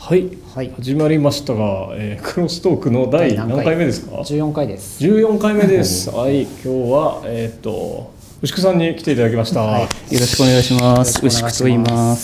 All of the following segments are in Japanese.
はい、 はい、 始まりましたが、クロストークの第何回目ですか ？14回です。 14回目です。はい、今日は牛久さんに来ていただきました。 はい、 よろしくお願いします。牛久と言います。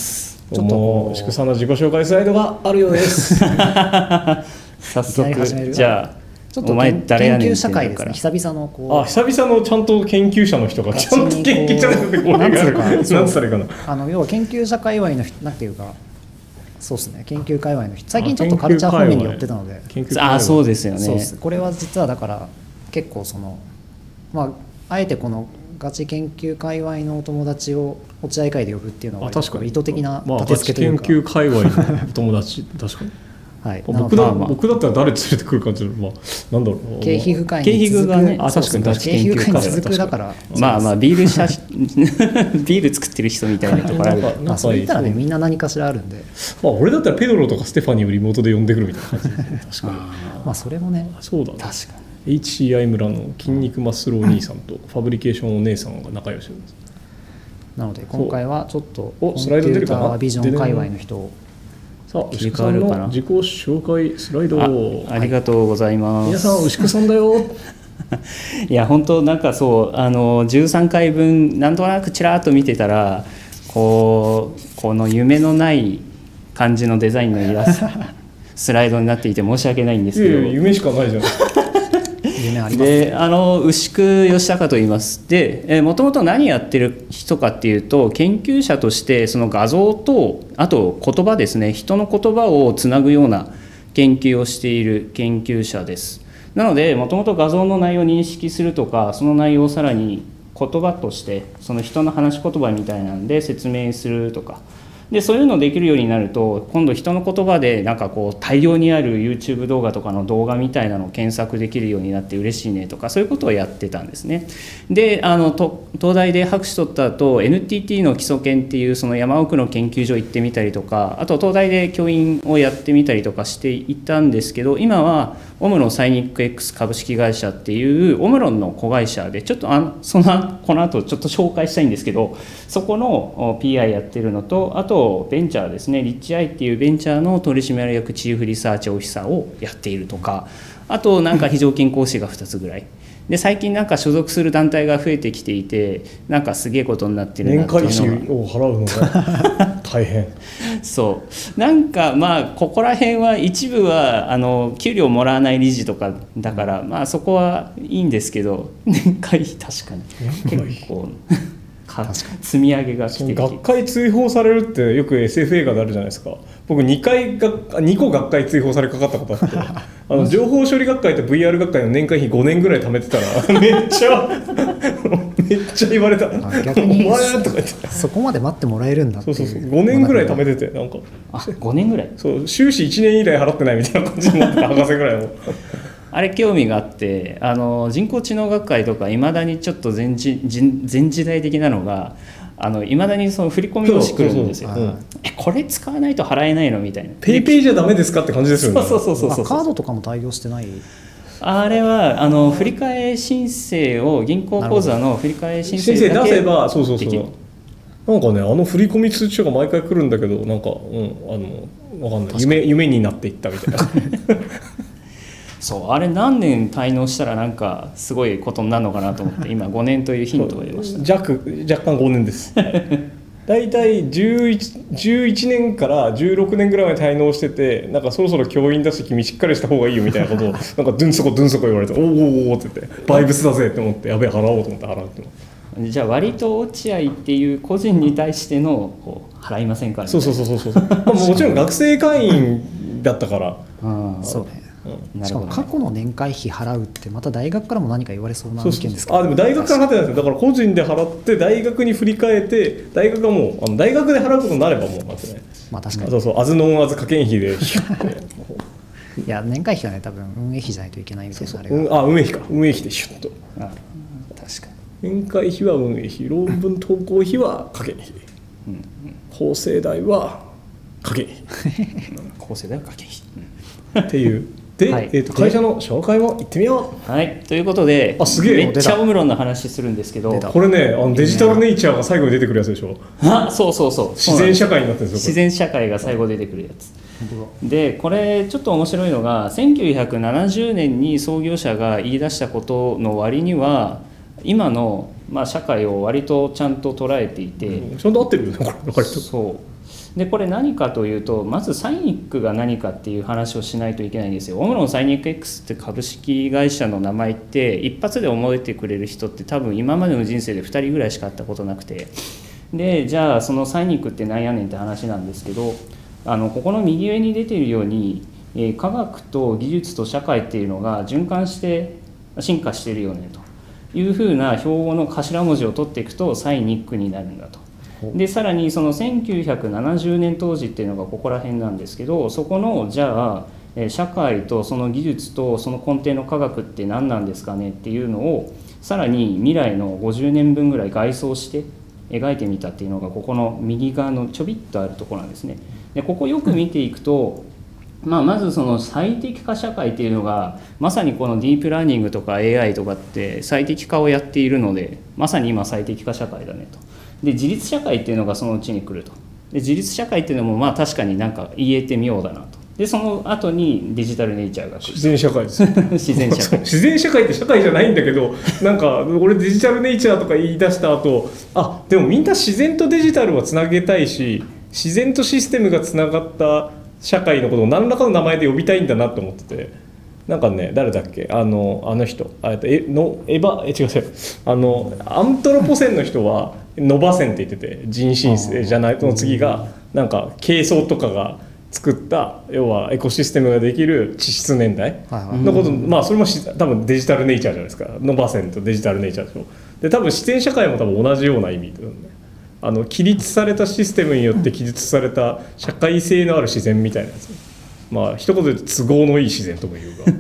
どうも牛久さんの自己紹介スライドがあるようです。 早速じゃあちょっとお前誰やねん研究社会ですね。久々の久々のちゃんと研究者の人がちゃんと研究者の人でこれがある。なんつったらいいかな。 要は研究者界隈の人なんていうか。そうですね、研究界隈の人最近ちょっとカルチャー方面に寄ってたので、 そうですよね。 そうです。これは実はだから結構あえてこのガチ研究界隈のお友達を落合会で呼ぶっていうのは意図的な立て付けというか、 ガチ研究界隈のお友達確かにはい、 僕だったら誰連れてくるかっていうのはなんだろう、 経皮膚科に続く、 ね、 確かに経皮膚科に続くだからビール作ってる人みたいなところあるそう言ったらね、みんな何かしらあるんで、 俺だったらペドロとかステファニーをリモートで呼んでくるみたいな感じですね。確かにそれもね、 そうだね、 確かに HCI 村の筋肉マッスルお兄さんとファブリケーションお姉さんが仲良しです。 なので今回はちょっとコンピュータービジョン界隈の人をさあ、牛久さんの自己紹介スライドをありがとうございます。 皆さん牛久さんだよ。 いや本当なんかそう13回分なんとなくちらっと見てたらこの夢のない感じのデザインのイラストスライドになっていて申し訳ないんですけど、 夢しかないじゃん。 夢ありますで牛久義孝と言います。でもともと何やってる人かっていうと、研究者としてその画像とあと言葉ですね、人の言葉をつなぐような研究をしている研究者です。なのでもともと画像の内容を認識するとか、その内容をさらに言葉としてその人の話し言葉みたいなんで説明するとかで、そういうのできるようになると、今度人の言葉でなんか大量にある YouTube 動画とかの動画みたいなのを検索できるようになって嬉しいねとか、そういうことをやってたんですね。で東大で博士取った後 NTT の基礎研っていうその山奥の研究所行ってみたりとか、あと東大で教員をやってみたりとかしていたんですけど、今はオムロンサイニック X 株式会社っていうオムロンの子会社で、ちょっとこの後ちょっと紹介したいんですけど、そこの PI やってるのと、あとベンチャーですね、リッチアイっていうベンチャーの取締役チーフリサーチオフィサーをやっているとか、あとなんか非常勤講師が2つぐらいで、最近なんか所属する団体が増えてきていて、なんかすげえことになってるなっていうのが、 年会費を払うのが大変。 そうなんかここら辺は一部は給料もらわない理事とかだからそこはいいんですけど、年会費確かに結構積み上げが来てる。 学会追放されるってよく SF 映画であるじゃないですか。僕2個学会追放されかかったことあって情報処理学会と VR 学会の年会費5年ぐらい貯めてたらめっちゃ言われた。 逆にお前とか言って、 そこまで待ってもらえるんだっていう。 そう5年ぐらい貯めてて、なんか 5年ぐらい、 そう修士1年以来払ってないみたいな感じになってた博士ぐらいのあれ興味があって、人工知能学会とかいまだにちょっと前時代的なのがいまだにその振り込み用紙来るんですよ。これ使わないと払えないのみたいな。 ペイペイじゃダメですかって感じですよね。 そうカードとかも対応してない。 あれは振り替え申請を銀行口座の振り替え申請だけ出せばそうなんかね、振り込み通知書が毎回来るんだけど、なんかわかんない夢になっていったみたいな。 そうあれ何年滞納したらなんかすごいことになるのかなと思って今5年というヒントが出ました。 若干5年です。だいたい11年から16年ぐらいまで滞納してて、なんかそろそろ教員だし君しっかりした方がいいよみたいなことをなんかドゥンソコ言われて、おおって言ってバイブスだぜって思って、やべえ払おうと思って払うっての。 じゃあ割と落合っていう個人に対しての払いませんか、ね、 そうもちろん学生会員だったからそうね、しかも過去の年会費払うってまた大学からも何か言われそうな案件ですか。 でも大学から払ってないですよ。だから個人で払って大学に振り替えて、大学がもう大学で払うことになればもう待ってね。 確かにアズノンアズ加減費でいや年会費はね、多分運営費じゃないといけないみたいな。 運営費でシュッと。 確かに年会費は運営費、論文投稿費は加減費、構成代は加減費構成代は加減費、 っていうで、はい、会社の紹介も行ってみよう。はい、ということで、 すげえめっちゃオムロンの話するんですけど、 これね、デジタルネイチャーが最後に出てくるやつでしょ。 そう自然社会になってるんですよ。 自然社会が最後出てくるやつ。 でこれちょっと面白いのが1970年に創業者が言い出したことの割には今の社会を割とちゃんと捉えていて、 ちゃんと合ってるよねこれ割と。 そうでこれ何かというとまずサイニックが何かっていう話をしないといけないんですよ。オムロンサイニック X って株式会社の名前って一発で覚えてくれる人って多分今までの人生で2人ぐらいしか会ったことなくて、でじゃあそのサイニックってなんやねんって話なんですけど、ここの右上に出ているように科学と技術と社会っていうのが循環して進化しているよねというふうな標語の頭文字を取っていくとサイニックになるんだと。でさらにその1970年当時っていうのがここら辺なんですけど、そこのじゃあ社会とその技術とその根底の科学って何なんですかねっていうのをさらに未来の50年分ぐらい概想して描いてみたっていうのがここの右側のちょびっとあるところなんですね。でここよく見ていくと、まずその最適化社会っていうのがまさにこのディープラーニングとか AI とかって最適化をやっているのでまさに今最適化社会だねと。で自立社会っていうのがそのうちに来ると。で自立社会っていうのも確かになんか言えてみようだなと。でその後にデジタルネイチャーが来る。 自然社会です自然社会自然社会って社会じゃないんだけど、なんか俺デジタルネイチャーとか言い出した後、でもみんな自然とデジタルはつなげたいし自然とシステムがつながった社会のことを何らかの名前で呼びたいんだなと思ってて、なんかね誰だっけあの人違うアントロポセンの人はノバセンって言ってて人新世じゃないの次がなんか軽装とかが作った要はエコシステムができる地質年代のこと、それも多分デジタルネイチャーじゃないですか。ノバセンとデジタルネイチャーでしょ。で多分自然社会も多分同じような意味で、ね、規律されたシステムによって記述された社会性のある自然みたいなやつ、一言で言うと都合のいい自然とも言うが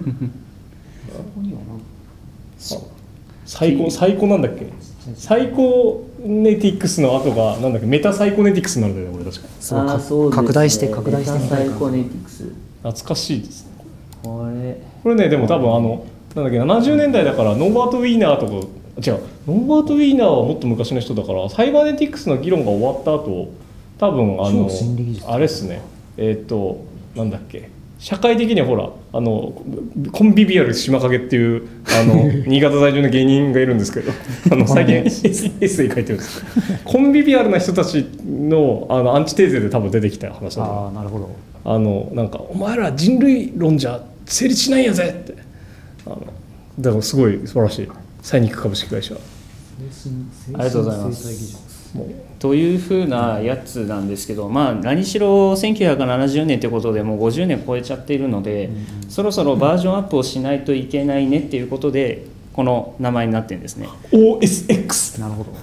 最高なんだっけ、サイコネティクスの後がなんだっけ、メタサイコネティクスになるんだよね俺確か。 そう拡大してみたいな。 メタサイコネティクス懐かしいですねこれね。でも多分なんだっけ70年代だからノーバート・ウィーナーとか違う、ノーバート・ウィーナーはもっと昔の人だからサイバーネティクスの議論が終わった後多分あれっすねなんだっけ社会的にはほらコンビビアル島影っていう新潟在住の芸人がいるんですけど最近エッセイ書いてるんですコンビビアルな人たちのアンチテーゼで多分出てきた話だと。 なるほど。 なんかお前ら人類論じゃ成立しないんやぜってだからすごい素晴らしいサイニック株式会社。 ありがとうございます。というふうなやつなんですけど、何しろ1970年ということでもう50年超えちゃっているので、そろそろバージョンアップをしないといけないねっていうことでこの名前になってるんですね。 OSX。 なるほど。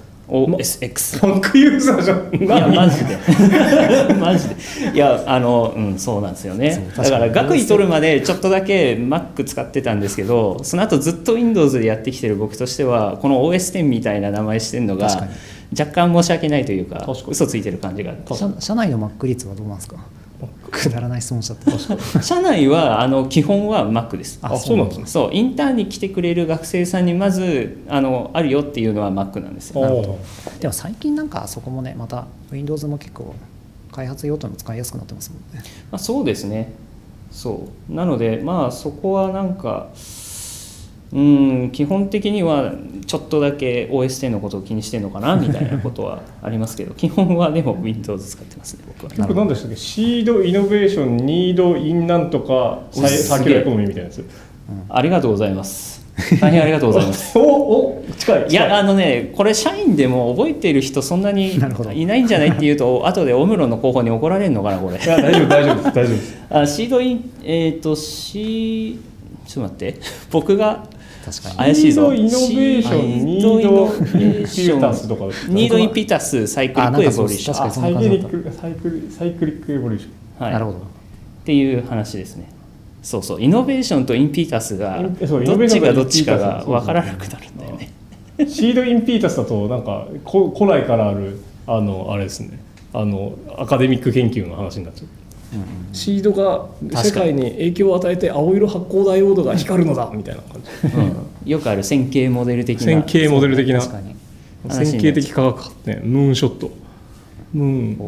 OSX ファンクユーザーじゃん。 いやマジでマジでいやそうなんですよね。だから学位取るまでちょっとだけ Mac 使ってたんですけど、その後ずっと Windows でやってきてる僕としてはこの OS10 みたいな名前してるのが若干申し訳ないというか嘘ついてる感じがあって。 社内の Mac 率はどうなんですか。くだらない質問しちゃって社内は基本は Mac です。 そうなんですね。 そうインターンに来てくれる学生さんにまずあるよっていうのは Mac なんですよ。 なるほど。でも最近なんかそこもねまた Windows も結構開発用途も使いやすくなってますもんね。 そうですね。そうなのでそこはなんか基本的にはちょっとだけ OS10 のことを気にしてるのかなみたいなことはありますけど基本はでも Windows 使ってますね僕は。 結構何でしたっけ、シードイノベーションニードインなんとかサーキュラーエコノミーみたいなやつ。 ありがとうございます。大変ありがとうございます。 近い。 いやこれ社員でも覚えている人そんなにいないんじゃないっていうと後でオムロの候補に怒られるのかなこれ。 いや大丈夫ですシードインちょっと待って僕が怪しいぞ。 シードイノベーションニードインピタスとかニードインピタスサイクリックエボリューションサイクリックエボリューション、 なるほどっていう話ですね。そうイノベーションとインピータスがどっちがどっちかが分からなくなるんだよね。 シードインピータスだとなんか古来からあるあれですねアカデミック研究の話になっちゃう。シードが世界に影響を与えて青色発光ダイオードが光るのだみたいな感じ、よくある線形モデル的な線形モデル的な確かに線形的科学ね、ムーンショットムーン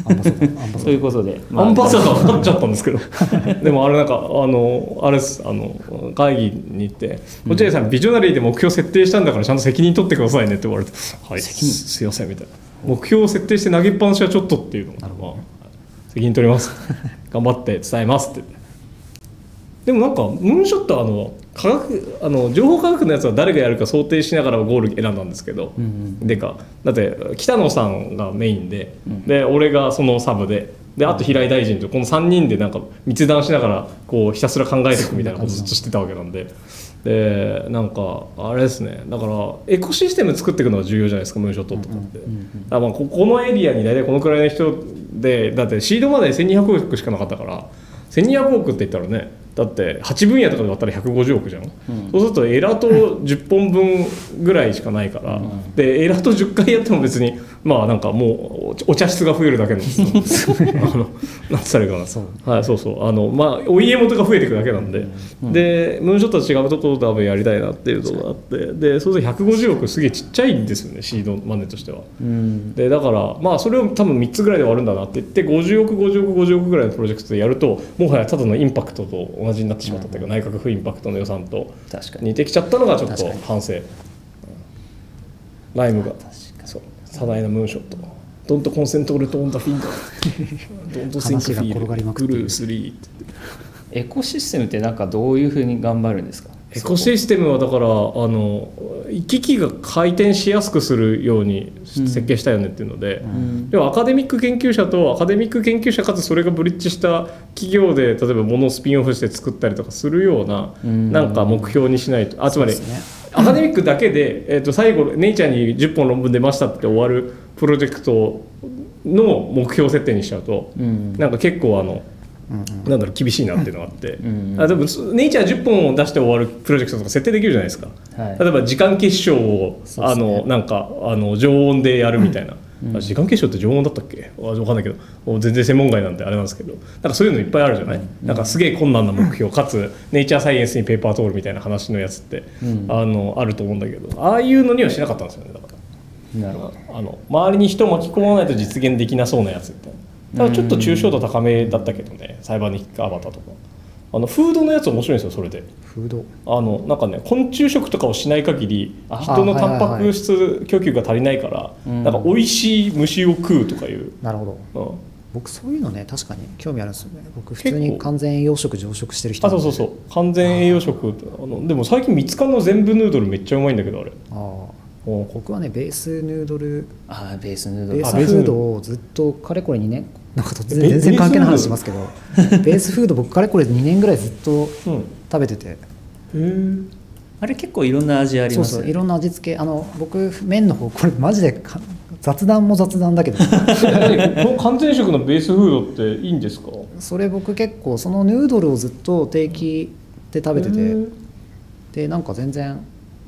アンバサダーそういうことで、 アンバサダーになっちゃったんですけどでもあれなんかあれです会議に行って「落合さんビジョナリーで目標設定したんだからちゃんと責任取ってくださいね」って言われて「はいすいません」みたいな目標を設定して投げっぱなしはちょっとっていうのを、責任取ります頑張って伝えますって。でもなんかムーンショット情報科学のやつは誰がやるか想定しながらゴール選んだんですけど、だって北野さんがメインで、で俺がそのサブであと平井大臣とこの3人でなんか密談しながらこうひたすら考えていくみたいなことをずっとしてたわけなんで、でなんかあれですね、だからエコシステム作っていくのが重要じゃないですかムーンショットとかって。だからこのエリアに大体このくらいの人で、だってシードまで1200億しかなかったから1200億って言ったらね、だって8分野とかで割ったら150億じゃん、そうするとエラと10本分ぐらいしかないから、でエラと10回やっても別にまあなんかもうお茶室が増えるだけのなんて言ったらいいかな、はい、そうまあお家元が増えていくだけなんで、でムーンショットとは違うところで多分やりたいなっていうところがあって、でそうすると150億すげえちっちゃいんですよねシードマネーとしては。でだからまあそれを多分3つぐらいで終わるんだなって言って50億50億50億ぐらいのプロジェクトでやるともはやただのインパクトと同じになってしまったというか、内閣府インパクトの予算と似てきちゃったのがちょっと反省。ライムがそう多大なムーンショットドントコンセントレートオンダフィンガードントシンクフィールブルー3 エコシステムってなんかどういうふうに頑張るんですか？ エコシステムはだから行き来が回転しやすくするように設計したよねっていうので、要はアカデミック研究者とアカデミック研究者かつそれがブリッジした企業で例えば物をスピンオフして作ったりとかするようななんか目標にしないと、つまりアカデミックだけで、最後ネイチャーに10本論文出ましたって終わるプロジェクトの目標設定にしちゃうと、なんか結構なんだろう厳しいなっていうのがあって、でもネイチャー10本を出して終わるプロジェクトとか設定できるじゃないですか、例えば時間結晶をなんか常温でやるみたいな、時間結晶って常温だったっけ分かんないけど全然専門外なんであれなんですけど、なんかそういうのいっぱいあるじゃない、なんかすげえ困難な目標かつネイチャーサイエンスにペーパー通るみたいな話のやつって、あると思うんだけど、ああいうのにはしなかったんですよね。だからなるほど、周りに人を巻き込まないと実現できなそうなやつみたいな。ただちょっと抽象度高めだったけどね、サイバーニックアバターとかフードのやつ面白いんですよ。それでフードなんかね昆虫食とかをしない限り人のタンパク質供給が足りないから、なんか美味しい虫を食うとかいう。 なるほど、僕そういうのね確かに興味あるんですよね。僕普通に完全栄養食常食してる人なんで。 そう完全栄養食でも最近ミツカンの全部ヌードルめっちゃうまいんだけどあれ。 僕はねベースヌードルベースヌードルベースフードをずっとかれこれ2年なんか全然関係ない話しますけどベースフード僕かれこれ2年ぐらいずっと食べてて、 あれ結構いろんな味ありますね。 そういろんな味付け僕麺の方これマジで雑談も雑談だけどこの完全食のベースフードっていいんですか？ それ僕結構そのヌードルをずっと定期で食べてて、でなんか全然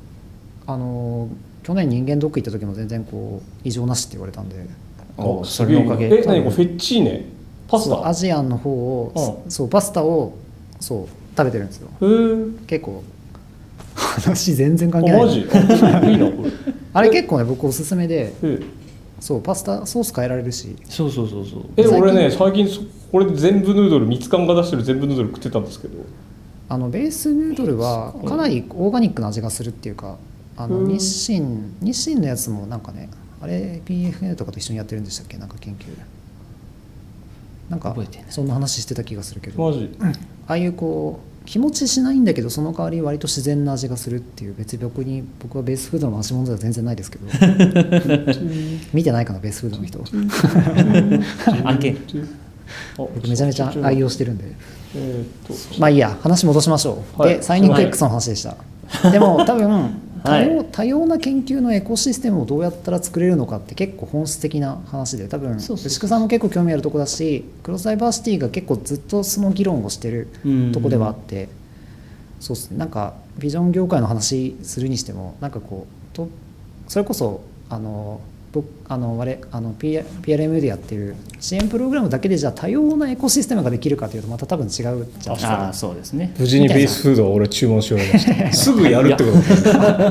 去年人間ドック行った時も全然こう異常なしって言われたんで、 それのおかげ。 何これフェッチーネパスタ？ アジアンの方を、そうパスタをそう食べてるんですよ。結構話全然関係ない。 マジ？いいなこれ。 あれ結構ね僕おすすめで、そうパスタソース変えられるし。 そう俺ね最近これで全部ヌードルミツカンが出してる全部ヌードル食ってたんですけど、 ベースヌードルはかなりオーガニックな味がするっていうか、日清のやつもなんかね、あれ PFN とかと一緒にやってるんでしたっけ、なんか研究なんかそんな話してた気がするけど、 マジああいうこう日持ちしないんだけどその代わり割と自然な味がするっていう、別に僕はベースフードの回し物では全然ないですけど見てないかなベースフードの人案件僕めちゃめちゃ愛用してるんで、まあいいや話戻しましょう、でサイニング X の話でした、でも多分多様な研究のエコシステムをどうやったら作れるのかって結構本質的な話で、多分牛久さんも結構興味あるところだし、クロスダイバーシティが結構ずっとその議論をしてるところではあって、そうですね、なんかビジョン業界の話するにしてもなんかこうそれこそ PRM でやってる支援プログラムだけでじゃあ多様なエコシステムができるかというとまた多分違うじゃないですか。 そうですね。 無事にベースフードは俺注文しようと思いましたすぐやるってことですね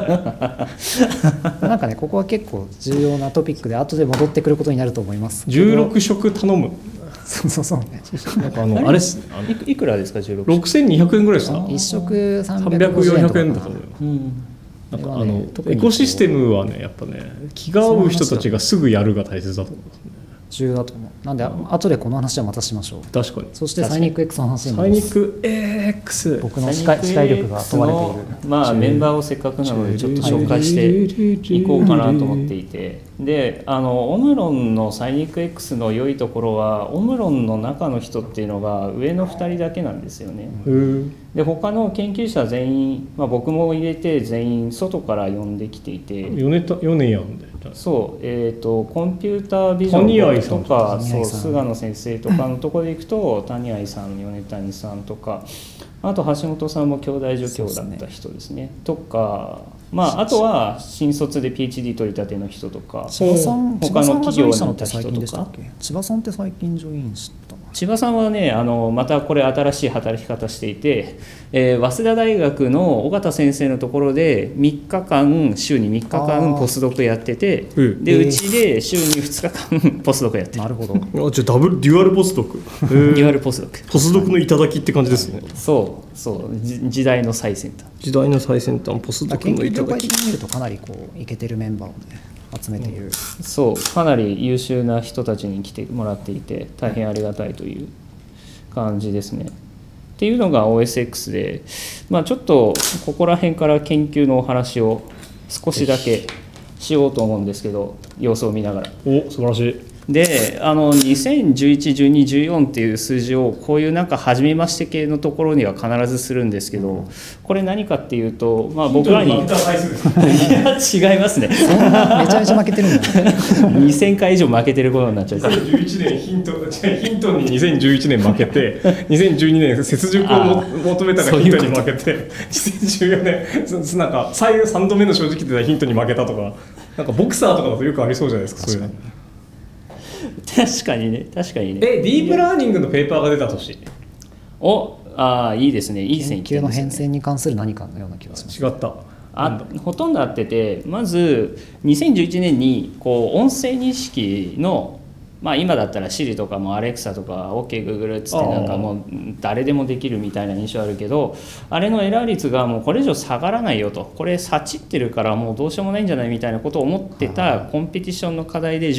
なんかねここは結構重要なトピックで後で戻ってくることになると思います。 16食頼む。 そうね。 なんかあれいくらですか16？ 6200円ぐらいですか。 1食350 300、 円とか 400円だと思うよ。なんかこれはねエコシステムはねやっぱね気が合う人たちがすぐやるが大切だと思いますね。 重要だと思う。なんで後でこの話はまたしましょう。 確かに。 そしてサイニック X の話にサイニック X 僕の視界力が問われている。 まあメンバーをせっかくなのでちょっと紹介していこうかなと思っていて、でオムロンのサイニック X の良いところはオムロンの中の人っていうのが上の2人だけなんですよね。で他の研究者全員、僕も入れて全員外から呼んできていて、 4年やんで。 そう、コンピュータービジョンとかそう菅野先生とかのところでいくと谷合さん米谷さんとかあと橋本さんも兄弟助教だった人ですねとか、あとは新卒で PhD 取り立ての人とか千葉さん他の企業にいた最人とか。 近でしたっけ？千葉さんって最近ジョインしたの？ 千葉さんはねまたこれ新しい働き方していて、早稲田大学の尾形先生のところで3日間週に3日間ポスドクやってて、でうちで週に2日間ポスドクやってる。 なるほど。 じゃあデュアルポスドク。 デュアルポスドク。 ポスドクの頂きって感じですね。 そう時代の最先端。 時代の最先端ポスドク研の頂き。 究業界的に見るとかなりこうイケてるメンバーをね集めている。 そうかなり優秀な人たちに来てもらっていて大変ありがたいという感じですね。っていうのが OSX で、ちょっとここら辺から研究のお話を少しだけしようと思うんですけど様子を見ながら。 お素晴らしい。 で2011、12、14っていう数字をこういうなんか初めまして系のところには必ずするんですけど、これ何かっていうと、僕らにいや違いますね。 そんなめちゃめちゃ負けてるんだ。 2000回以上負けてることになっちゃう。 2011年ヒントに2011年負けて2012年雪辱を求めたがヒントに負けて2014年なんか3度目の正直でヒントに負けたとか、なんかボクサーとかだとよくありそうじゃないですか。そういうの確かにね。 ディープラーニングのペーパーが出た年。 いいですね。いい線いって研究のるんですよね。 変遷に関する何かのような気がします。 違った。 ほとんど合ってて、まず2011年に音声認識の、今だったら Siri とかも Alexa とか OKGoogle っつってなんかもう誰でもできるみたいな印象あるけど、あれのエラー率がもうこれ以上下がらないよと、これさちってるからもうどうしようもないんじゃないみたいなことを思ってたコンペティションの課題で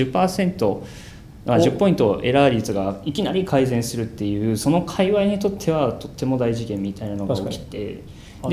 10% ポイントエラー率がいきなり改善するっていう、その界隈にとってはとっても大事件みたいなのが起きて、で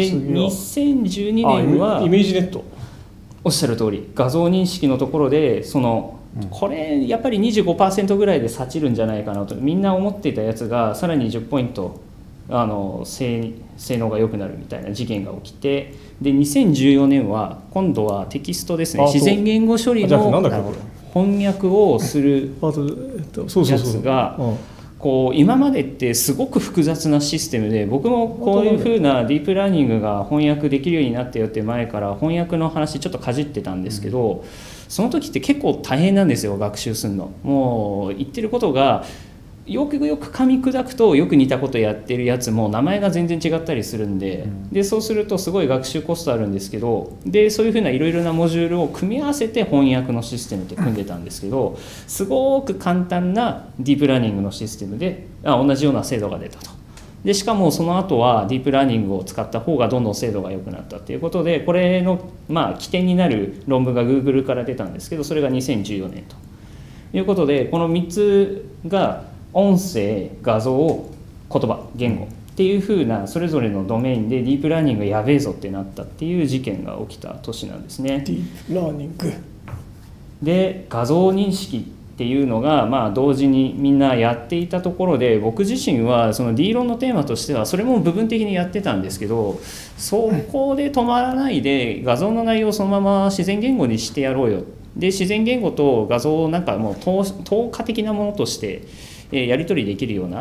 2012年はイメージネットおっしゃる通り画像認識のところでこれやっぱり 25% ぐらいでさちるんじゃないかなとみんな思っていたやつがさらに10ポイント性能が良くなるみたいな事件が起きて、で2014年は今度はテキストですね、自然言語処理の翻訳をするやつが今までってすごく複雑なシステムで、僕もこういう風なディープラーニングが翻訳できるようになったよって前から翻訳の話ちょっとかじってたんですけど、その時って結構大変なんですよ、学習するの。もう言ってることがよく噛み砕くとよく似たことやってるやつも名前が全然違ったりするんで、そうするとすごい学習コストあるんですけど、でそういうふうないろいろなモジュールを組み合わせて翻訳のシステムって組んでたんですけど、すごく簡単なディープラーニングのシステムで同じような精度が出たと。でしかもその後はディープラーニングを使った方がどんどん精度が良くなったということで、これの起点になる論文が Google から出たんですけど、それが2014年ということで、この3つが音声、画像、言葉、言語っていう風なそれぞれのドメインでディープラーニングやべえぞってなったっていう事件が起きた年なんですね。 ディープラーニングで画像認識っていうのが同時にみんなやっていたところで、僕自身はその D 論のテーマとしてはそれも部分的にやってたんですけど、そこで止まらないで画像の内容をそのまま自然言語にしてやろうよ。で自然言語と画像をなんかもう等価的なものとしてやり取りできるような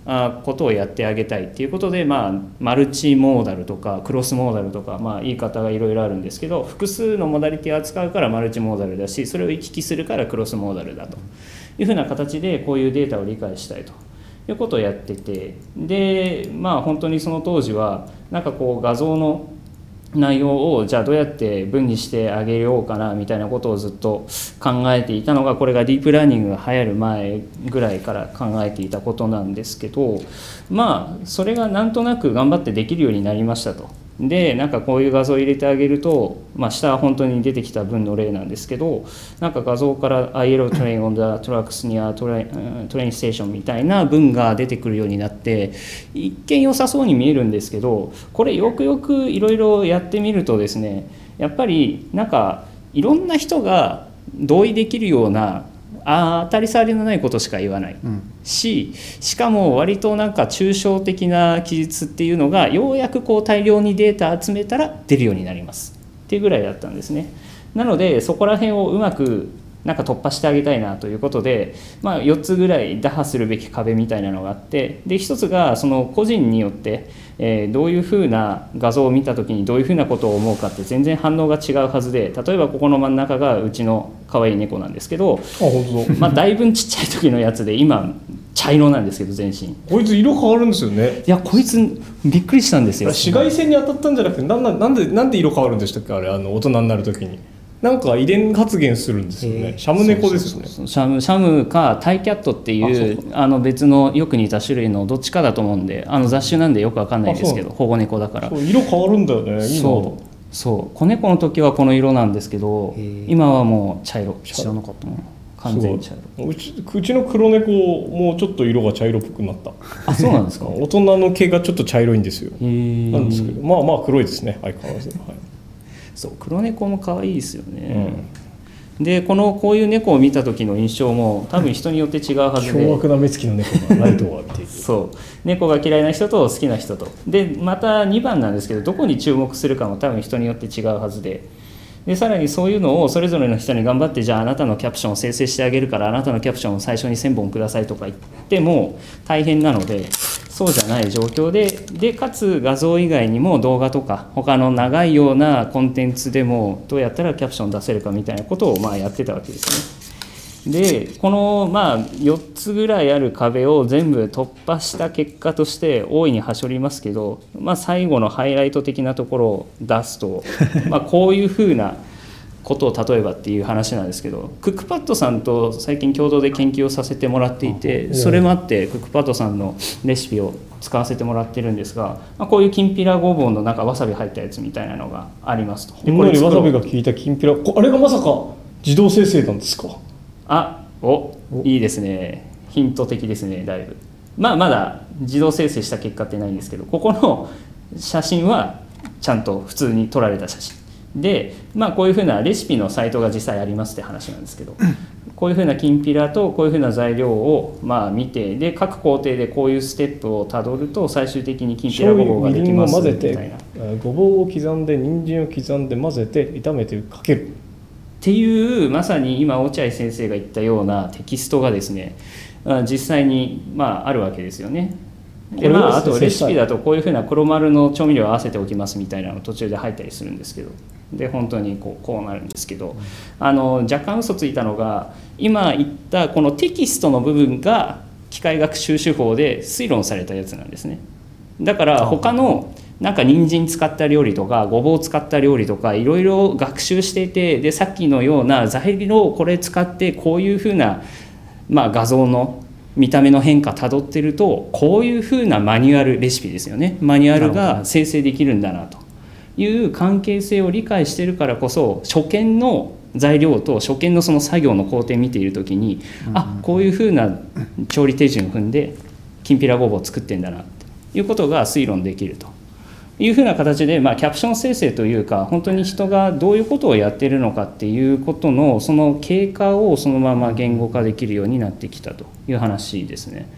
ことをやってあげたいっていうことで、マルチモーダルとかクロスモーダルとか、言い方がいろいろあるんですけど、複数のモダリティを扱うからマルチモーダルだし、それを行き来するからクロスモーダルだというふうな形でこういうデータを理解したいということをやってて、で本当にその当時はなんかこう画像の内容をじゃあどうやって分離してあげようかなみたいなことをずっと考えていたのが、これがディープラーニングが流行る前ぐらいから考えていたことなんですけど、それがなんとなく頑張ってできるようになりましたと。でなんかこういう画像を入れてあげると、下は本当に出てきた文の例なんですけど、なんか画像からILO train on the tracks near train station みたいな文が出てくるようになって、一見良さそうに見えるんですけど、これよくよくいろいろやってみるとですね、やっぱりなんかいろんな人が同意できるような当たり障りのないことしか言わない、しかも割となんか抽象的な記述っていうのがようやくこう大量にデータ集めたら出るようになりますっていうぐらいだったんですね。なのでそこら辺をうまくなんか突破してあげたいなということで、4つぐらい打破するべき壁みたいなのがあって、で1つがその個人によって、どういうふうな画像を見た時にどういうふうなことを思うかって全然反応が違うはずで、例えばここの真ん中がうちの可愛い猫なんですけど、だいぶちっちゃい時のやつで今茶色なんですけど全身、 こいつ色変わるんですよね。 いやこいつびっくりしたんですよ。 紫外線に当たったんじゃなくてなんで色変わるんでしたっけ、あれ大人になる時に。なんか遺伝発現するんですよね。シャム猫ですよね。 シャムかタイキャットっていう別のよく似た種類のどっちかだと思うんで、雑種なんでよくわかんないですけど、保護猫だから。 色変わるんだよね。いいな。 そう子猫の時はこの色なんですけど、今はもう茶色。 知らなかったな。 完全に茶色。 うちの黒猫もちょっと色が茶色っぽくなった。 あ、そうなんですか。 大人の毛がちょっと茶色いんですよ。なんですけど、黒いですね、相変わらず。 そう黒猫も可愛いですよね、でこういう猫を見た時の印象も多分人によって違うはずで、 凶悪な目つきの猫がライトを浴びているそう猫が嫌いな人と好きな人とで、また2番なんですけど、どこに注目するかも多分人によって違うはずで、さらにそういうのをそれぞれの人に頑張って、じゃああなたのキャプションを生成してあげるからあなたのキャプションを最初に1000本くださいとか言っても大変なので、そうじゃない状況でかつ画像以外にも動画とか他の長いようなコンテンツでもどうやったらキャプション出せるかみたいなことをやってたわけですね。でこの4つぐらいある壁を全部突破した結果として大いにはしょりますけど、最後のハイライト的なところを出すとこういうふうなことを例えばっていう話なんですけど、クックパッドさんと最近共同で研究をさせてもらっていて、それもあってクックパッドさんのレシピを使わせてもらってるんですが、こういうきんぴらごぼうのわさび入ったやつみたいなのがありますと。 ほんのりわさびが効いたきんぴら、あれがまさか自動生成なんですか。 いいですね、ヒント的ですね。だいぶまだ自動生成した結果ってないんですけど、ここの写真はちゃんと普通に撮られた写真で、こういうふうなレシピのサイトが実際ありますって話なんですけど、こういうふうなきんぴらとこういうふうな材料を見て、で各工程でこういうステップをたどると最終的にきんぴらごぼうができますみたいな。 ごぼうを刻んで人参を刻んで混ぜて炒めてかけるっていう、まさに今落合先生が言ったようなテキストがですね、実際にあるわけですよね。であとレシピだとこういうふうな黒丸の調味料を合わせておきますみたいなの途中で入ったりするんですけど、で本当にこうなるんですけど、若干嘘ついたのが、今言ったこのテキストの部分が機械学習手法で推論されたやつなんですね。だから他の人参使った料理とかごぼう使った料理とかいろいろ学習していて、でさっきのような材料をこれ使ってこういうふうな、画像の見た目の変化たどってると、こういうふうなマニュアル、レシピですよね、マニュアルが生成できるんだなという関係性を理解してるからこそ、初見の材料と初見のその作業の工程を見ているときに、こういうふうな調理手順を踏んできんぴらごぼうを作ってんだなということが推論できるというふうな形で、キャプション生成というか、本当に人がどういうことをやっているのかっていうことのその経過をそのまま言語化できるようになってきたという話ですね。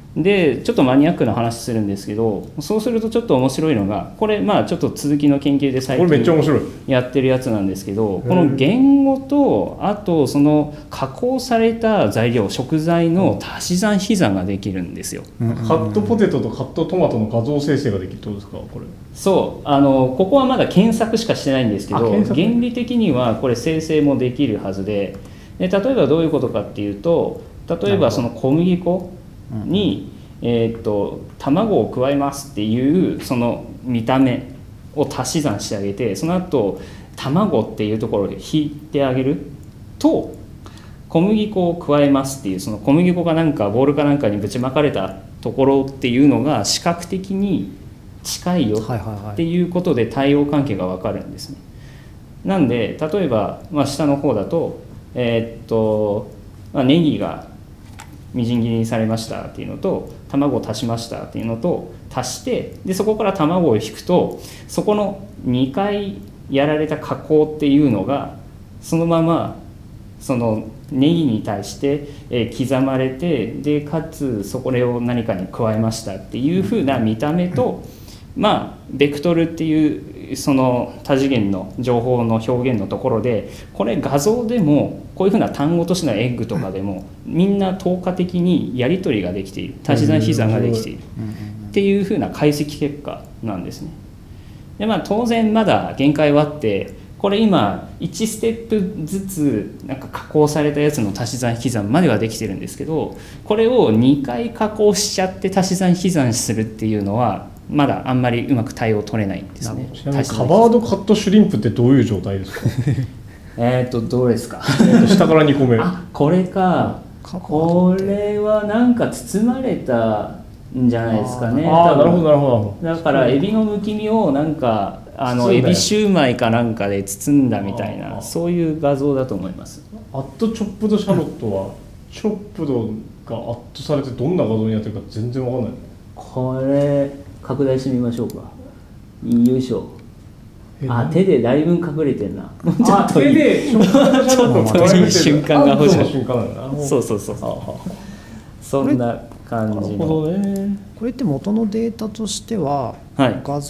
でちょっとマニアックな話するんですけど、そうするとちょっと面白いのが、これちょっと続きの研究で最これめっちゃ面白い。 近やってるやつなんですけど、この言語とあとその加工された材料、食材の足し算引き算ができるんですよ。 カットポテトとカットトマトの画像生成ができるってことですかこれ。 そうここはまだ検索しかしてないんですけど、 検索原理的にはこれ生成もできるはずで、例えばどういうことかっていうと、例えばその小麦粉に、卵を加えますっていうその見た目を足し算してあげて、その後卵っていうところで引いてあげると、小麦粉を加えますっていうその小麦粉がなんかボウルかなんかにぶちまかれたところっていうのが視覚的に近いよっていうことで対応関係が分かるんですね。なんで例えば、下の方だと、ネギがみじん切りにされましたっていうのと、卵を足しましたっていうのと足して、でそこから卵を引くと、そこの2回やられた加工っていうのがそのままそのネギに対して、刻まれて、でかつそこを何かに加えましたっていう風な見た目と、ベクトルっていうその多次元の情報の表現のところで、これ画像でもこういうふうな単語としてのエッグとかでもみんな透過的にやり取りができている、足し算引き算ができているっていうふうな解析結果なんですね。で当然まだ限界はあって、これ今1ステップずつなんか加工されたやつの足し算引き算まではできてるんですけど、これを2回加工しちゃって足し算引き算するっていうのはまだあんまりうまく対応取れないんですね。 ちなみにカバードカットシュリンプってどういう状態ですかどうですか下から2個目。 これか。これはなんか包まれたんじゃないですかね。 なるほどなるほど。だからエビのむき身をなんかエビシューマイかなんかで包んだみたいな、そういう画像だと思います。 アットチョップドシャロットはチョップドがアットされてどんな画像になってるか全然わかんない。 これ拡大してみましょうか。よいしょ。手でだいぶ隠れてんな。 手でチョップドシャロットがいい瞬間が欲しい。そうそう。そんな感じの。 これって元のデータとしては、画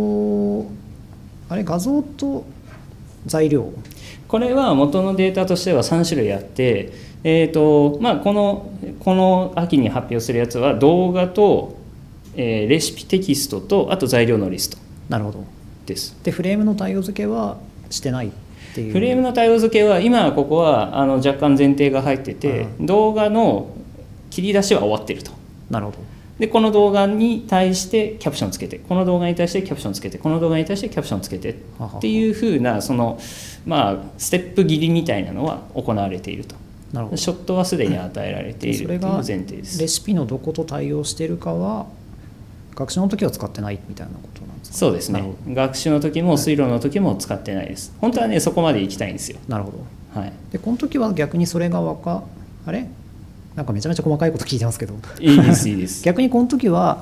像と材料。 これは元のデータとしては3種類あって、この秋に発表するやつは動画と、レシピテキストとあと材料のリスト。 なるほどです。 でフレームの対応付けはしてないっていう。 フレームの対応付けは今ここは若干前提が入ってて、動画の切り出しは終わってると。 なるほど。 でこの動画に対してキャプションつけて、この動画に対してキャプションつけて、この動画に対してキャプションつけてっていう風なそのステップ切りみたいなのは行われていると。なるほど。ショットはすでに与えられているという前提です。 レシピのどこと対応しているかは学習の時は使ってないみたいなことなんですか。 そうですね。学習の時も推論の時も使ってないです。本当はねそこまで行きたいんですよ。 なるほど。でこの時は逆にそれがなんかめちゃめちゃ細かいこと聞いてますけど。 いいですいいです。 逆にこの時は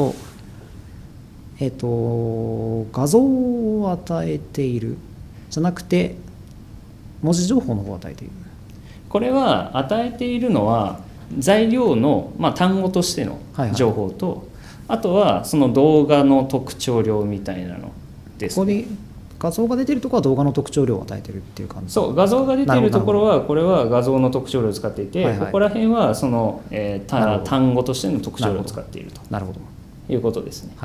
画像を与えているじゃなくて文字情報の方を与えている。 これは与えているのは材料の、単語としての情報と、あとはその動画の特徴量みたいなのです、ね。 ここで画像が出てるところは動画の特徴量を与えてるっていう感じ。 そう画像が出てるところはこれは画像の特徴量を使っていて、ここら辺はその、単語としての特徴量を使っていると。 なるほど。 いうことですね。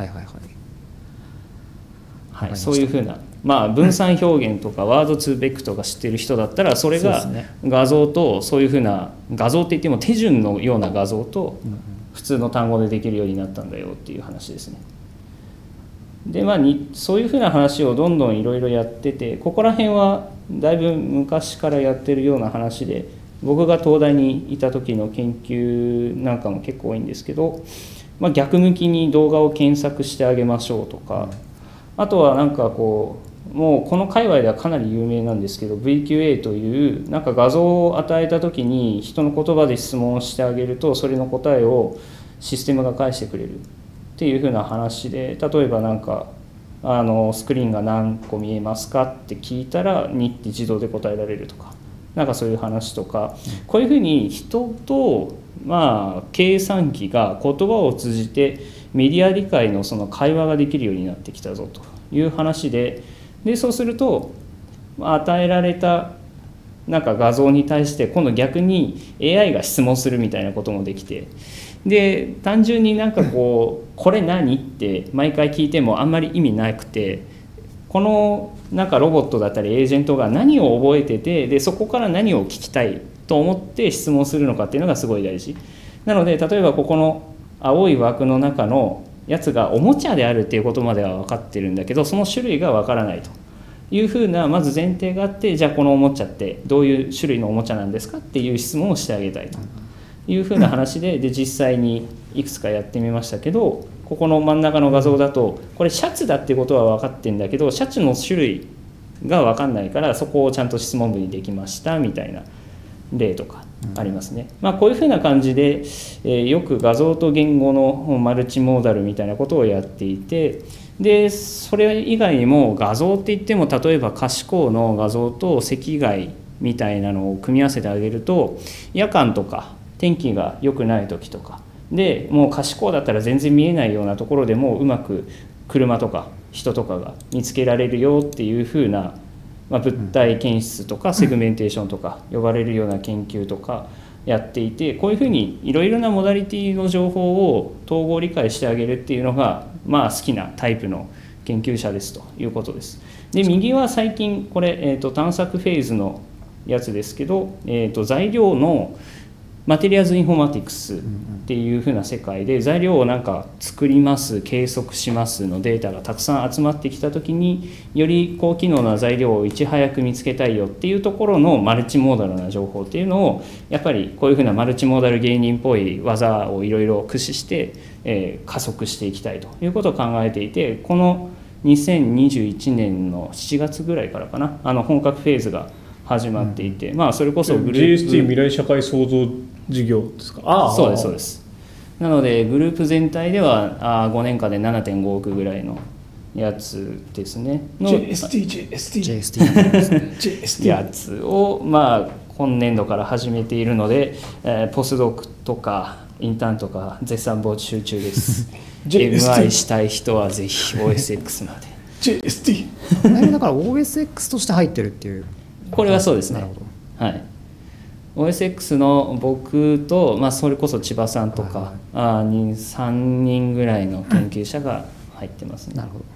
そういうふうな、分散表現とかワードツーベクトが知っている人だったらそれが画像とそういうふうな画像って言っても手順のような画像と普通の単語でできるようになったんだよっていう話ですね。でそういうふうな話をどんどんいろいろやってて、ここら辺はだいぶ昔からやってるような話で、僕が東大にいた時の研究なんかも結構多いんですけど、逆向きに動画を検索してあげましょうとか、あとはなんかもうこの界隈ではかなり有名なんですけど VQA というなんか画像を与えた時に人の言葉で質問をしてあげるとそれの答えをシステムが返してくれるっていう風な話で、例えばなんかスクリーンが何個見えますかって聞いたら2って自動で答えられるとか、なんかそういう話とか、こういう風に人とまあ計算機が言葉を通じてメディア理解のその会話ができるようになってきたぞという話で、そうすると与えられたなんか画像に対して今度逆に AI が質問するみたいなこともできて、で単純になんかこれ何って毎回聞いてもあんまり意味なくて、このなんかロボットだったりエージェントが何を覚えてて、でそこから何を聞きたいと思って質問するのかっていうのがすごい大事なので、例えばここの青い枠の中のやつがおもちゃであるっていうことまでは分かってるんだけど、その種類が分からないというふうなまず前提があって、じゃあこのおもちゃってどういう種類のおもちゃなんですかっていう質問をしてあげたいというふうな話で、実際にいくつかやってみましたけど、ここの真ん中の画像だとこれシャツだってことは分かってるんだけど、シャツの種類が分かんないからそこをちゃんと質問文にできましたみたいな例とかありますね。こういうふうな感じで、よく画像と言語のマルチモーダルみたいなことをやっていて、でそれ以外にも画像っていっても、例えば可視光の画像と赤外みたいなのを組み合わせてあげると、夜間とか天気が良くない時とかでもう可視光だったら全然見えないようなところでもうまく車とか人とかが見つけられるよっていうふうな、物体検出とかセグメンテーションとか呼ばれるような研究とかやっていて、こういうふうにいろいろなモダリティの情報を統合理解してあげるっていうのが好きなタイプの研究者ですということです。で右は最近これ、探索フェーズのやつですけど、材料のマテリアルズインフォマティクスっていうふうな世界で、材料をなんか作ります計測しますのデータがたくさん集まってきた時に、より高機能な材料をいち早く見つけたいよっていうところのマルチモーダルな情報っていうのを、やっぱりこういうふうなマルチモーダル芸人っぽい技をいろいろ駆使して、加速していきたいということを考えていて、この2021年の7月ぐらいからかな、本格フェーズが始まっていて、それこそグループ JST 未来社会創造事業ですか。 そうですそうです。なのでグループ全体では5年間で 7.5 億ぐらいのやつですねの JST やつを今年度から始めているので、ポスドクとかインターンとか絶賛募集中です。MI したい人はぜひ OSX まで。 JST だから OSX として入ってるっていう。 これはそうですね。 なるほど。 はい。OSX の僕と、それこそ千葉さんとか、3人ぐらいの研究者が入ってますね。 なるほど。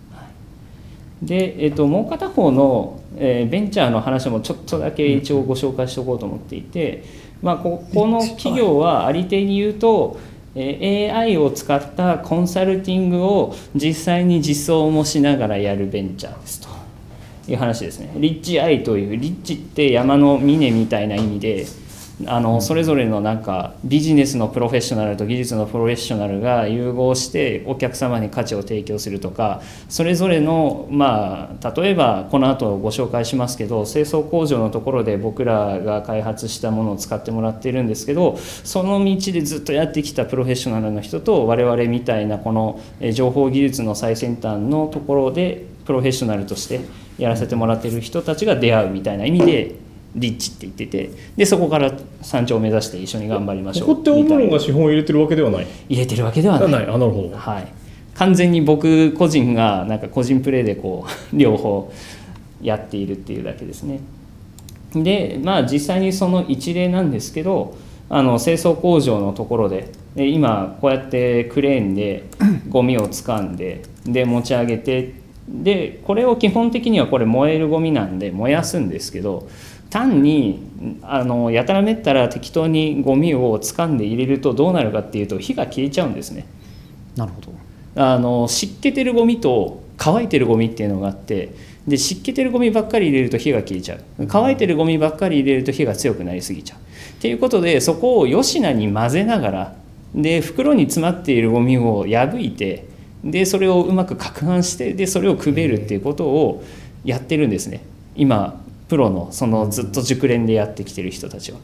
で、もう片方の、ベンチャーの話もちょっとだけ一応ご紹介しておこうと思っていて、この企業はありていに言うと、AI を使ったコンサルティングを実際に実装もしながらやるベンチャーですという話ですね。リッチアイという、リッチって山の峰みたいな意味で、それぞれのなんかビジネスのプロフェッショナルと技術のプロフェッショナルが融合してお客様に価値を提供するとか、それぞれの例えばこの後ご紹介しますけど、清掃工場のところで僕らが開発したものを使ってもらっているんですけど、その道でずっとやってきたプロフェッショナルの人と我々みたいなこの情報技術の最先端のところでプロフェッショナルとしてやらせてもらっている人たちが出会うみたいな意味でリッチって言ってて、でそこから山頂を目指して一緒に頑張りましょう。 ここってオムロンが資本を入れてるわけではない。 入れてるわけではない。 なるほど。 はい。完全に僕個人がなんか個人プレーでこう両方やっているっていうだけですね。で実際にその一例なんですけど、清掃工場のところで今こうやってクレーンでゴミを掴んで持ち上げて、でこれを基本的にはこれ燃えるゴミなんで燃やすんですけど、単にやたらめったら適当にゴミを掴んで入れるとどうなるかっていうと火が消えちゃうんですね。 なるほど。 湿気てるゴミと乾いてるゴミっていうのがあって、で湿気てるゴミばっかり入れると火が消えちゃう、乾いてるゴミばっかり入れると火が強くなりすぎちゃうっていうことで、そこをよしなに混ぜながら、で袋に詰まっているゴミを破いて、でそれをうまく攪拌して、でそれをくべるっていうことをやってるんですね今プロのそのずっと熟練でやってきてる人たちは。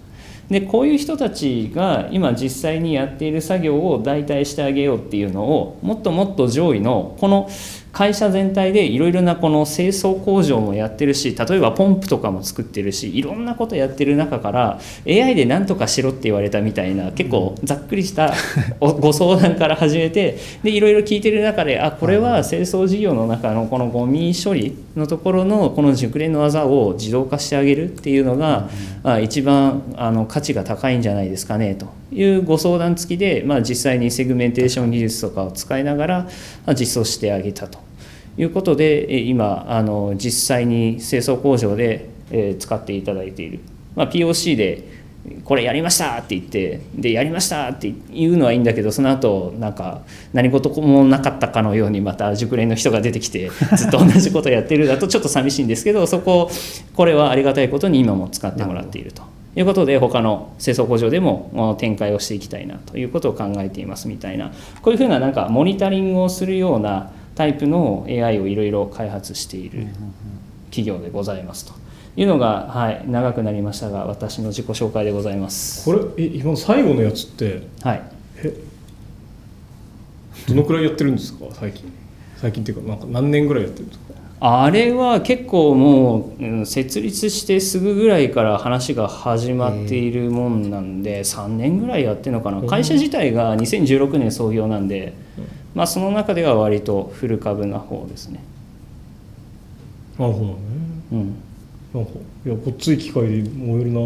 でこういう人たちが今実際にやっている作業を代替してあげようっていうのをもっともっと上位のこの会社全体でいろいろなこの清掃工場もやってるし、例えばポンプとかも作ってるし、いろんなことやってる中から AI で何とかしろって言われたみたいな結構ざっくりしたご相談から始めて、でいろいろ聞いてる中で、これは清掃事業の中のこのゴミ処理のところのこの熟練の技を自動化してあげるっていうのが、一番価値が高いんじゃないですかねというご相談付きで、実際にセグメンテーション技術とかを使いながら実装してあげたということで、今実際に清掃工場で使っていただいている、POC でこれやりましたって言ってでやりましたって言うのはいいんだけど、その後なんか何事もなかったかのようにまた熟練の人が出てきてずっと同じことをやってるだとちょっと寂しいんですけど、これはありがたいことに今も使ってもらっているということで、他の清掃工場でも展開をしていきたいなということを考えていますみたいな、こういうふうななんかモニタリングをするようなタイプの AI をいろいろ開発している企業でございますというのが、長くなりましたが私の自己紹介でございます。 これ今の最後のやつって、どのくらいやってるんですか？最近っていうか、なんか何年ぐらいやってるんですか？ あれは結構もう設立してすぐぐらいから話が始まっているもんなんで、3年ぐらいやってるのかな。会社自体が2016年創業なんで、その中では割とフル株な方ですね。 なるほどね。なんかごっつい機械で燃えるなと思って。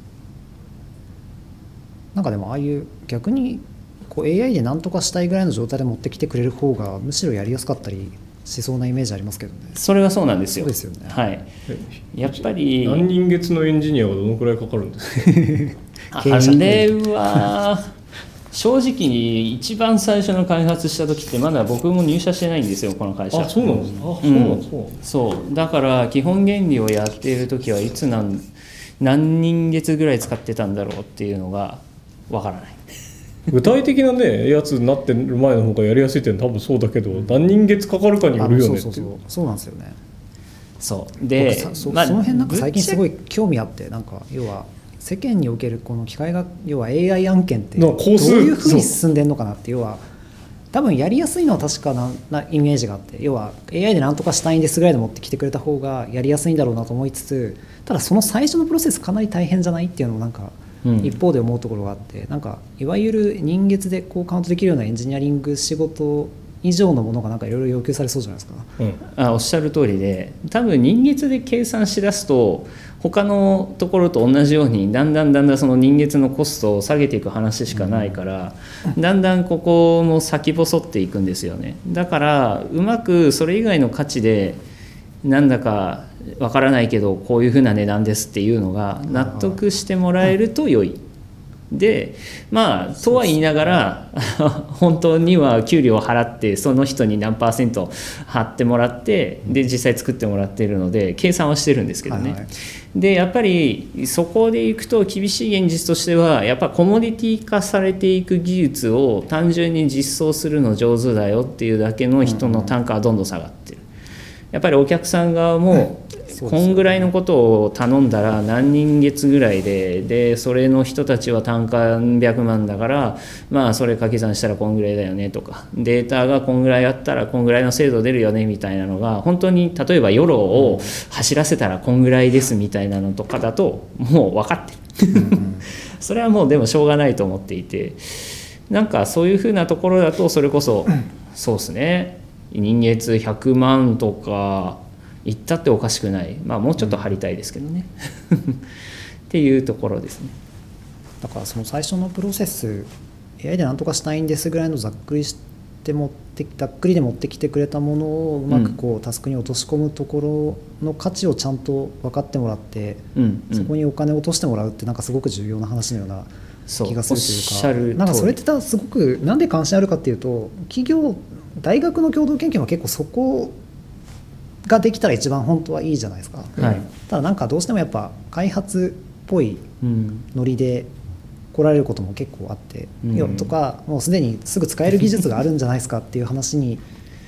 なんかでもああいう逆にこう AI で何とかしたいぐらいの状態で持ってきてくれる方がむしろやりやすかったりしそうなイメージありますけどね。 それはそうなんですよ。 そうですよね。 やっぱり何人月のエンジニアはどのくらいかかるんですか？ あれは正直に一番最初の開発した時ってまだ僕も入社してないんですよ、この会社。 そうなんですか。 そうだから基本原理をやっている時はいつ何人月ぐらい使ってたんだろうっていうのがわからない。 具体的なねやつになってる前の方がやりやすいっていうのは多分そうだけど、何人月かかるかによるよねっていう。 そうなんですよね。 そうでその辺なんか最近すごい興味あって、なんか要は世間におけるこの機械が要は AI 案件ってどういうふうに進んでるのかなって、要は多分やりやすいのは確かなイメージがあって、要は AI で何とかしたいんですぐらいで持ってきてくれた方がやりやすいんだろうなと思いつつ、ただその最初のプロセスかなり大変じゃないっていうのもなんか一方で思うところがあって、なんかいわゆる人月でこうカウントできるようなエンジニアリング仕事以上のものがなんかいろいろ要求されそうじゃないですか。 おっしゃる通りで、多分人月で計算しだすと他のところと同じようにだんだんその人月のコストを下げていく話しかないから、だんだんここも先細っていくんですよね。だからうまくそれ以外の価値でなんだかわからないけどこういうふうな値段ですっていうのが納得してもらえると良い。でとは言いながら本当には給料を払ってその人に何%払ってもらってで実際作ってもらっているので計算はしてるんですけどね、でやっぱりそこでいくと厳しい現実としてはやっぱコモディティ化されていく技術を単純に実装するの上手だよっていうだけの人の単価はどんどん下がってる。やっぱりお客さん側もこんぐらいのことを頼んだら何人月ぐらいでそれの人たちは単価何百万だからそれ掛け算したらこんぐらいだよねとか、データがこんぐらいあったらこんぐらいの精度出るよねみたいなのが本当に例えばヨロを走らせたらこんぐらいですみたいなのとかだともう分かってるそれはもうでもしょうがないと思っていて、なんかそういうふうなところだとそれこそそうですね、人月100万とかいったっておかしくない、もうちょっと張りたいですけどねっていうところですね。 だからその最初のプロセス AI で何とかしたいんですぐらいのざっくりで持ってきてくれたものをうまくこうタスクに落とし込むところの価値をちゃんと分かってもらって、そこにお金を落としてもらうってなんかすごく重要な話のような気がするというか、なんかそれってすごくなんで関心あるかっていうと、大学の共同研究は結構そこができたら一番本当はいいじゃないですか、ただなんかどうしてもやっぱ開発っぽいノリで来られることも結構あって、とかもうすでにすぐ使える技術があるんじゃないですかっていう話に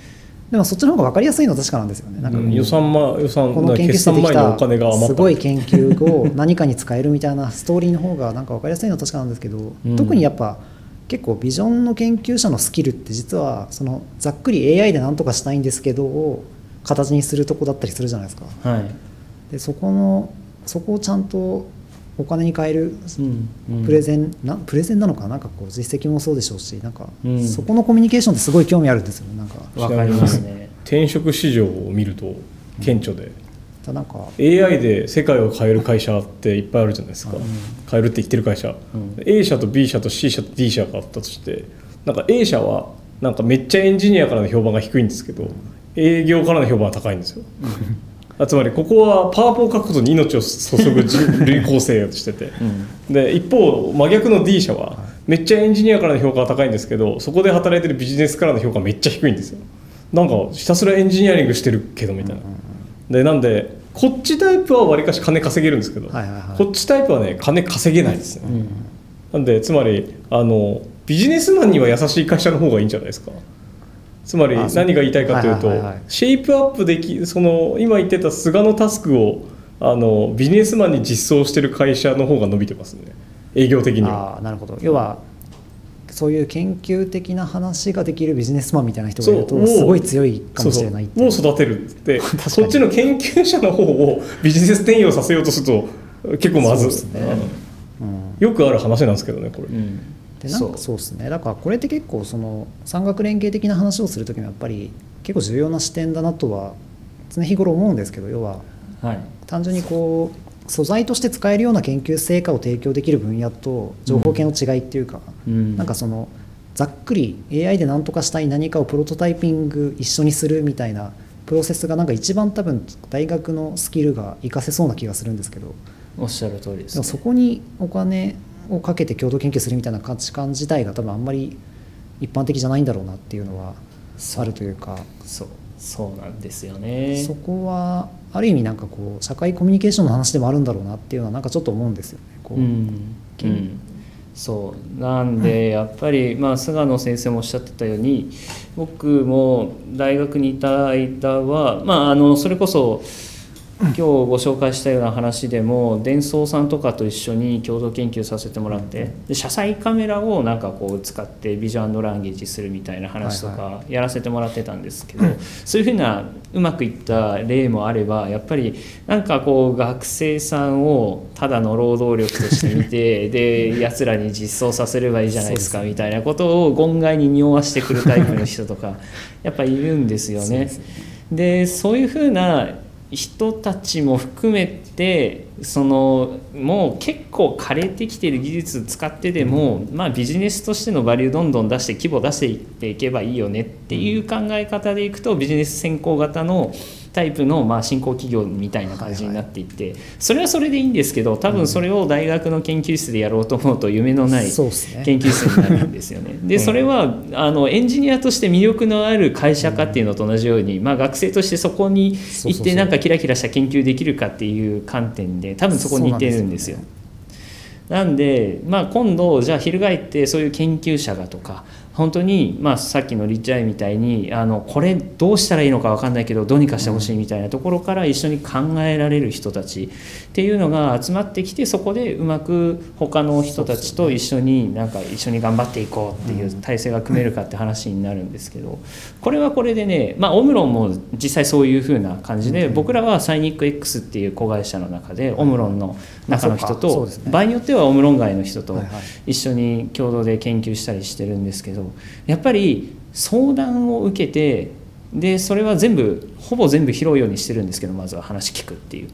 でもそっちの方が分かりやすいのは確かなんですよね。なんか予算この研究決算前のお金が余ったすごい研究を何かに使えるみたいなストーリーの方がなんか分かりやすいのは確かなんですけど、特にやっぱ結構ビジョンの研究者のスキルって実はそのざっくり AI で何とかしたいんですけどを形にするとこだったりするじゃないですか。でそこをちゃんとお金に変えるプレゼンなのかなんかこう実績もそうでしょうし、なんかそこのコミュニケーションってすごい興味あるんですよね。なんか分かりますね。 転職市場を見ると顕著で、 なんか AI で世界を変える会社っていっぱいあるじゃないですか、変えるって言ってる会社、A 社と B 社と C 社と D 社があったとして、なんか A 社はなんかめっちゃエンジニアからの評判が低いんですけど、営業からの評判は高いんですよ。つまりここはパワポを書くことに命を注ぐ人類構成をしてて、で一方真逆の D 社はめっちゃエンジニアからの評価が高いんですけど、そこで働いてるビジネスからの評価がめっちゃ低いんですよ。なんかひたすらエンジニアリングしてるけどみたいな。でなんでこっちタイプはわりかし金稼げるんですけど、こっちタイプはね金稼げないですね。なんでつまりビジネスマンには優しい会社の方がいいんじゃないですか。つまり何が言いたいかというと、シェイプアップでその今言ってた菅のタスクをビジネスマンに実装してる会社の方が伸びてますね、営業的には。 なるほど。要はそういう研究的な話ができるビジネスマンみたいな人がいるとすごい強いかもしれないっていう。 もう育てるってそっちの研究者の方をビジネス転用させようとすると結構まずい、よくある話なんですけどねこれ。 でなんかそうですね。だからこれって結構その産学連携的な話をするときもやっぱり結構重要な視点だなとは常日頃思うんですけど、要は単純にこう素材として使えるような研究成果を提供できる分野と情報系の違いっていうか、なんかそのざっくり AI で何とかしたい何かをプロトタイピング一緒にするみたいなプロセスがなんか一番多分大学のスキルが活かせそうな気がするんですけど、 おっしゃる通りです、ね、 でもそこにお金をかけて共同研究するみたいな価値観自体が多分あんまり一般的じゃないんだろうなっていうのはあるというか、 そうなんですよね。 そこはある意味なんかこう社会コミュニケーションの話でもあるんだろうなっていうのはなんかちょっと思うんですよね。こうそうなんでやっぱり菅野先生もおっしゃってたように、僕も大学にいた間はそれこそ今日ご紹介したような話でもデンソーさんとかと一緒に共同研究させてもらって、で車載カメラをなんかこう使ってビジョンランゲージするみたいな話とかやらせてもらってたんですけど、そういうふうなうまくいった例もあれば、やっぱりなんかこう学生さんをただの労働力として見てでやつらに実装させればいいじゃないですかみたいなことを言外に匂わしてくるタイプの人とかやっぱいるんですよね。でそういうふうな人たちも含めてもう結構枯れてきてる技術使ってでも、ビジネスとしてのバリューどんどん出して規模出していっていけばいいよねっていう考え方でいくと、ビジネス先行型のタイプの新興企業みたいな感じになっていって、それはそれでいいんですけど、多分それを大学の研究室でやろうと思うと夢のない研究室になるんですよね。でそれはエンジニアとして魅力のある会社かっていうのと同じように、学生としてそこに行ってなんかキラキラした研究できるかっていう観点で多分そこに似てるんですよ。なんで、今度じゃあ翻ってそういう研究者がとか本当に、さっきのリッチアイみたいにこれどうしたらいいのか分かんないけどどうにかしてほしいみたいなところから一緒に考えられる人たちっていうのが集まってきて、そこでうまく他の人たちと一緒に一緒に頑張っていこうっていう体制が組めるかって話になるんですけど、これはこれでね、オムロンも実際そういう風な感じで、僕らはサイニック X っていう子会社の中でオムロンの中の人と場合によってはオムロン外の人と一緒に共同で研究したりしてるんですけど、やっぱり相談を受けて、でそれはほぼ全部拾うようにしてるんですけど、まずは話聞くっていう、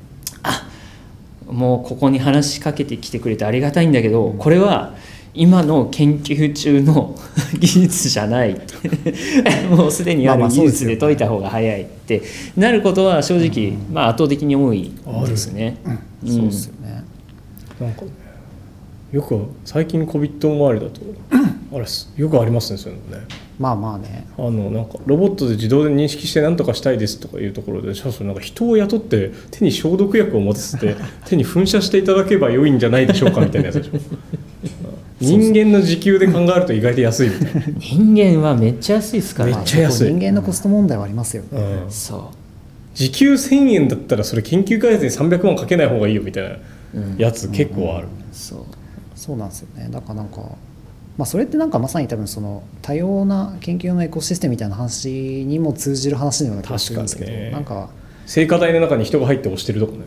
もうここに話しかけてきてくれてありがたいんだけど、これは今の研究中の技術じゃないもうすでにある技術で解いた方が早いってなることは正直、圧倒的に多いですね。 そうですよね。 なんかよく最近 COVID 周りだとあれよくありますね、そういうのね。なんかロボットで自動で認識して何とかしたいですとかいうところで、なんか人を雇って手に消毒薬を持たせて手に噴射していただけば良いんじゃないでしょうかみたいなやつでしょ人間の時給で考えると意外と安いみたいな人間はめっちゃ安いですからめっちゃ安い人間のコスト問題はありますよね、 そう時給1000円だったらそれ研究開発に300万かけない方がいいよみたいなやつ結構ある、 そうなんですよね。だからなんか、それってなんかまさに多分その多様な研究のエコシステムみたいな話にも通じる話のような気がするんですけど、なんか聖火台の中に人が入って押してるとかね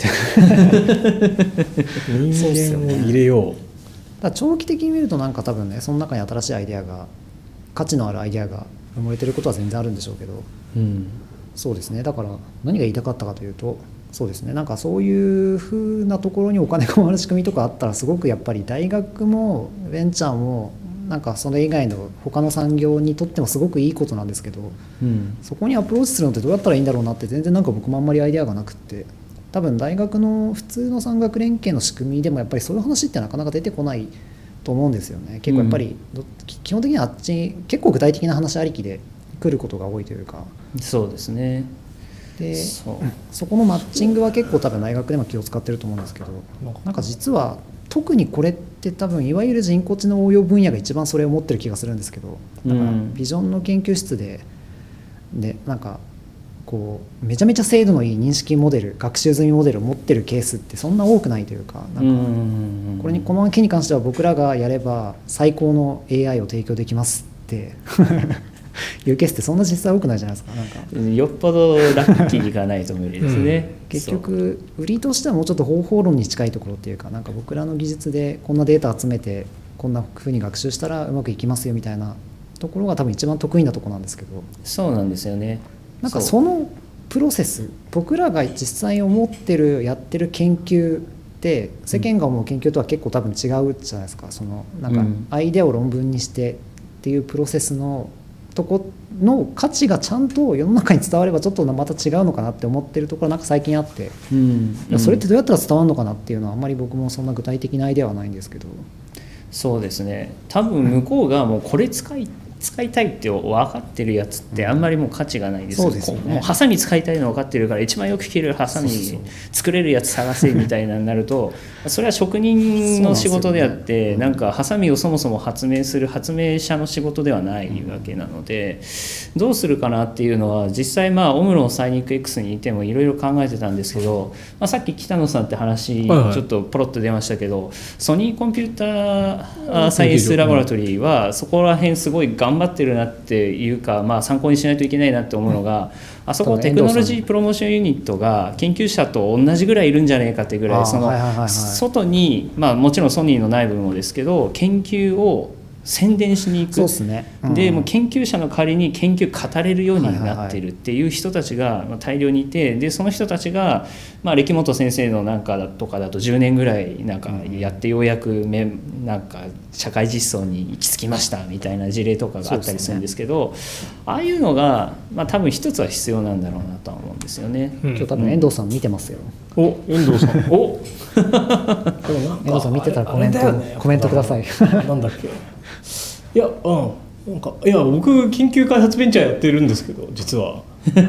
人間を入れよう。 だ長期的に見るとなんか多分ね、その中に新しいアイデアが、価値のあるアイデアが埋もれてることは全然あるんでしょうけど、そうですね。だから何が言いたかったかというと、そうですね、なんかそういうふうなところにお金が回る仕組みとかあったらすごくやっぱり大学もベンチャーもなんかそれ以外の他の産業にとってもすごくいいことなんですけど、そこにアプローチするのってどうやったらいいんだろうなって全然なんか僕もあんまりアイデアがなくって、多分大学の普通の産学連携の仕組みでもやっぱりそういう話ってなかなか出てこないと思うんですよね。結構やっぱり、基本的にはあっち結構具体的な話ありきで来ることが多いというか。 そうですね。 でそこのマッチングは結構多分大学でも気を使ってると思うんですけど、なんか実は特にこれって多分いわゆる人工知能応用分野が一番それを持ってる気がするんですけど、だからビジョンの研究室でなんかこうめちゃめちゃ精度のいい認識モデル、学習済みモデルを持ってるケースってそんな多くないというか、なんかこの件に関しては僕らがやれば最高の AI を提供できますっていうケースってそんな実際多くないじゃないですか。なんかよっぽどラッキーがないと無理ですね、 結局売りとしてはもうちょっと方法論に近いところっていうか、なんか僕らの技術でこんなデータ集めてこんなふうに学習したらうまくいきますよみたいなところが多分一番得意なところなんですけど、 そうなんですよね。 なんかそのプロセス、僕らが実際思ってるやってる研究って世間が思う研究とは結構多分違うじゃないですか。そのなんかアイデアを論文にしてっていうプロセスのとこの価値がちゃんと世の中に伝わればちょっとまた違うのかなって思ってるところなんか最近あって、それってどうやったら伝わるのかなっていうのはあんまり僕もそんな具体的なアイデアはないんですけど。 そうですね、多分向こうがもうこれ使いたいって分かってるやつってあんまりもう価値がないですよ。 そうですよね。 もうハサミ使いたいの分かってるから一番よく切れるハサミ作れるやつ探せみたいなになるとそれは職人の仕事であってなんかハサミをそもそも発明する発明者の仕事ではないわけなので、どうするかなっていうのは実際オムロンサイニック X にいてもいろいろ考えてたんですけど、さっき北野さんって話ちょっとポロッと出ましたけど、ソニーコンピューターサイエンスラボラトリーはそこら辺すごい頑張ってるなっていうか、参考にしないといけないなって思うのが、あそこテクノロジープロモーションユニットが研究者と同じぐらいいるんじゃないかっていうぐらい、その外にもちろんソニーの内部もですけど研究を宣伝しに行く。 そうですね。 でもう研究者の代わりに研究語れるようになってるっていう人たちが大量にいて、でその人たちが歴本先生のなんかとかだと10年ぐらいなんかやってようやくなんか社会実装に行き着きましたみたいな事例とかがあったりするんですけど、ああいうのが多分一つは必要なんだろうなとは思うんですよね。 今日多分遠藤さん見てますよ。 遠藤さん遠藤さん見てたらコメントください。 なんだっけ。いや僕研究開発ベンチャーやってるんですけど実は。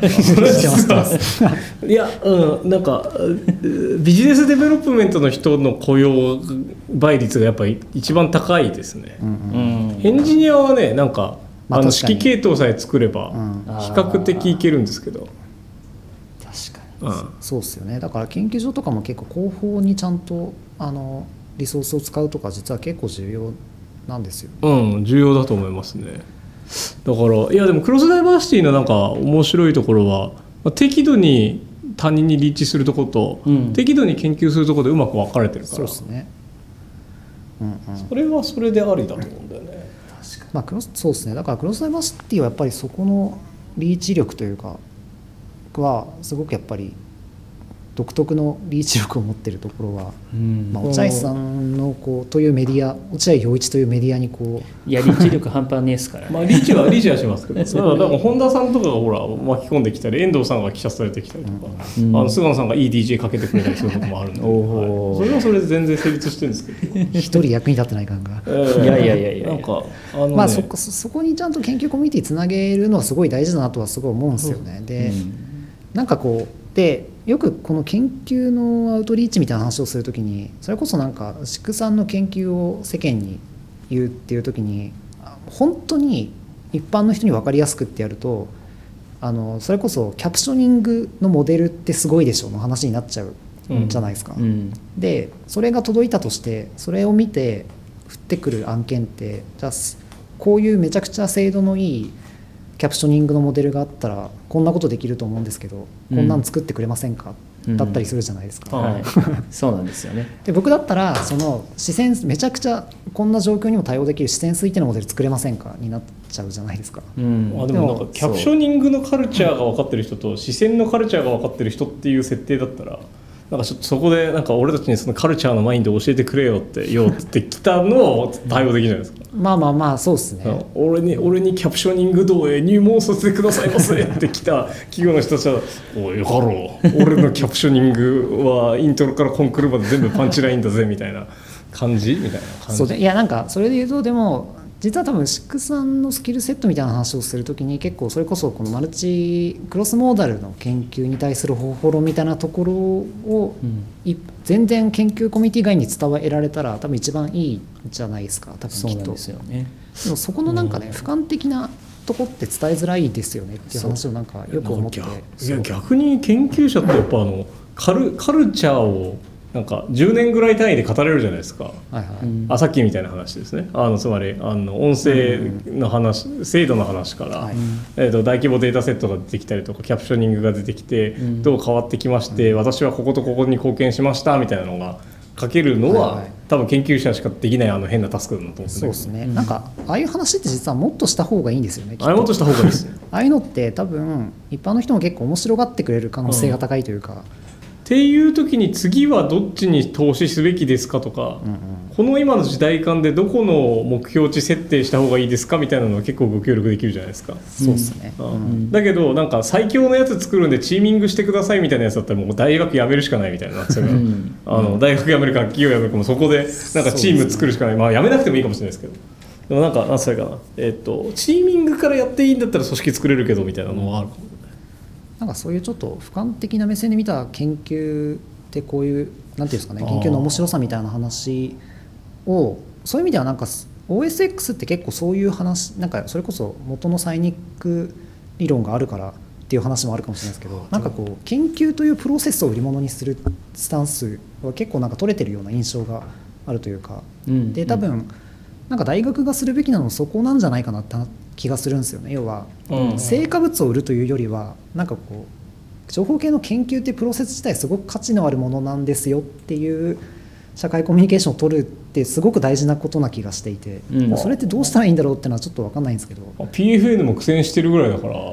いやなんかビジネスデベロップメントの人の雇用倍率がやっぱり一番高いですね。エンジニアはねなんか指揮系統さえ作れば比較的いけるんですけど。 確かに、そうですよね。だから研究所とかも結構広報にちゃんとリソースを使うとか実は結構重要なんですよね。 重要だと思いますね。だからいやでもクロスダイバーシティのなんか面白いところは、適度に他人にリーチするところと、適度に研究するところでうまく分かれてるから。 そうですね。 それはそれでありだと思うんだよね。 確かに。そうですね。だからクロスダイバーシティはやっぱりそこのリーチ力というかはすごくやっぱり独特のリーチ力を持っているところは、落合さんのというメディア、落合陽一というメディアにいやリーチ力半端ねえですからね。 リーチはしますけど、だから本田さんとかがほら巻き込んできたり、遠藤さんが記者されてきたりとか、菅野さんがいい DJ かけてくれたりすることもあるんで、それはそれで全然成立してるんですけど、 一人役に立ってない感が。 いやなんかそこにちゃんと研究コミュニティつなげるのはすごい大事だなとはすごい思うんですよね。で、なんかでよくこの研究のアウトリーチみたいな話をするときにそれこそなんか畜産の研究を世間に言うっていう時に本当に一般の人に分かりやすくってやるとそれこそキャプショニングのモデルってすごいでしょの話になっちゃうじゃないですか、でそれが届いたとしてそれを見て降ってくる案件ってじゃあこういうめちゃくちゃ精度のいいキャプショニングのモデルがあったらこんなことできると思うんですけど、こんなん作ってくれませんか、だったりするじゃないですか、 はい、そうなんですよね。 で僕だったらその視線めちゃくちゃこんな状況にも対応できる視線推定のモデル作れませんかになっちゃうじゃないですか、 でもなんかキャプショニングのカルチャーが分かってる人と視線のカルチャーが分かってる人っていう設定だったらなんかちょっとそこでなんか俺たちにそのカルチャーのマインドを教えてくれよってきたのを対応できるじゃないですか。 まあそうですね。 俺にキャプショニングどう入門させてくださいませって来た企業の人たちはおいハロー俺のキャプショニングはイントロからコンクルまで全部パンチラインだぜみたいな感じみたいな感じ。 そうでいやなんかそれで言うとでも実は多分シックさんのスキルセットみたいな話をするときに結構それこそこのマルチクロスモーダルの研究に対する方法論みたいなところを、全然研究コミュニティ外に伝えられたら多分一番いいんじゃないですか多分きっと。 そうなんですよね。 でもそこのなんかね、俯瞰的なとこって伝えづらいですよねっていう話をなんかよく思って。 いや逆に研究者ってやっぱカルチャーをなんか10年ぐらい単位で語れるじゃないですか、さっきみたいな話ですね。つまり音声の話、精度の話から、大規模データセットが出てきたりとかキャプショニングが出てきて、どう変わってきまして、私はこことここに貢献しましたみたいなのが書けるのは、多分研究者しかできない変なタスクだなと思って。 そうですね、なんかああいう話って実はもっとした方がいいんですよね。 あれもっとした方がいいですねああいうのって多分一般の人も結構面白がってくれる可能性が高いというか、 っていう時に次はどっちに投資すべきですかとか、この今の時代感でどこの目標値設定した方がいいですかみたいなのは結構ご協力できるじゃないですか。 そうですね、 だけどなんか最強のやつ作るんでチーミングしてくださいみたいなやつだったらもう大学辞めるしかないみたいなそれは大学辞めるか企業辞めるかもそこでなんかチーム作るしかない、まあ辞めなくてもいいかもしれないですけど、でもなんかそれかな、チーミングからやっていいんだったら組織作れるけどみたいなのはあるかも。 なんかそういうちょっと俯瞰的な目線で見た研究ってこういうなんていうんですかね、研究の面白さみたいな話をそういう意味ではなんか OSX って結構そういう話なんかそれこそ元のサイニック理論があるからっていう話もあるかもしれないですけど、なんかこう研究というプロセスを売り物にするスタンスは結構なんか取れてるような印象があるというか、で多分なんか大学がするべきなのはそこなんじゃないかなって気がするんですよね。要は成果物を売るというよりはなんかこう情報系の研究っていうプロセス自体すごく価値のあるものなんですよっていう社会コミュニケーションを取るってすごく大事なことな気がしていて、それってどうしたらいいんだろうっていうのはちょっと分かんないんですけど、 PFN も苦戦してるぐらいだから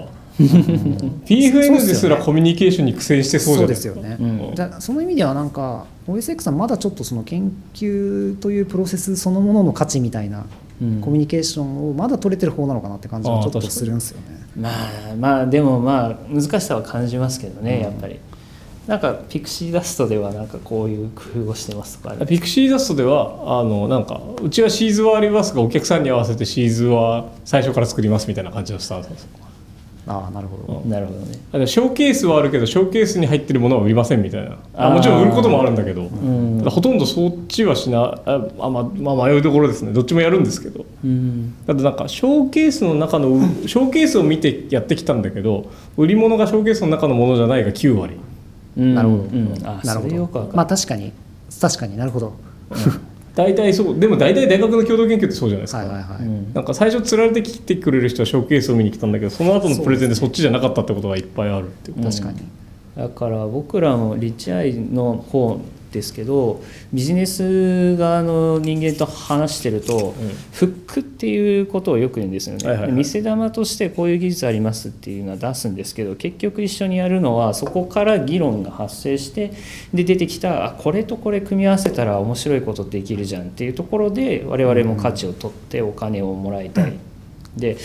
PFN ですらコミュニケーションに苦戦してそうじゃないですか。 そうですよね、だその意味ではなんか OSX はまだちょっとその研究というプロセスそのものの価値みたいなコミュニケーションをまだ取れてる方なのかなって感じがちょっとするんですよね。 まあでもまあ難しさは感じますけどね、やっぱりなんかピクシーダストではなんかこういう工夫をしてますとか。 ピクシーダストではなんかうちはシーズはありますがお客さんに合わせてシーズは最初から作りますみたいな感じのスタンスです。 なるほど、 なるほどね。 ショーケースはあるけどショーケースに入ってるものは売りませんみたいな。もちろん売ることもあるんだけど、ほとんどそっちはしな迷いどころですね。どっちもやるんですけど、だってなんかショーケースの中のショーケースを見てやってきたんだけど売り物がショーケースの中のものじゃないが9割。 なるほど、 なるほど。 まあ確かになるほど、 大体そう。でも大体大学の共同研究ってそうじゃないですか。なんか最初釣られてきてくれる人はショーケースを見に来たんだけどその後のプレゼンでそっちじゃなかったってことがいっぱいあるっていう。 確かに。 だから僕らもリッチアイの方ですけどビジネス側の人間と話してると、フックっていうことをよく言うんですよね。見せ玉としてこういう技術ありますっていうのは出すんですけど結局一緒にやるのはそこから議論が発生してで出てきたこれとこれ組み合わせたら面白いことできるじゃんっていうところで我々も価値を取ってお金をもらいたい。で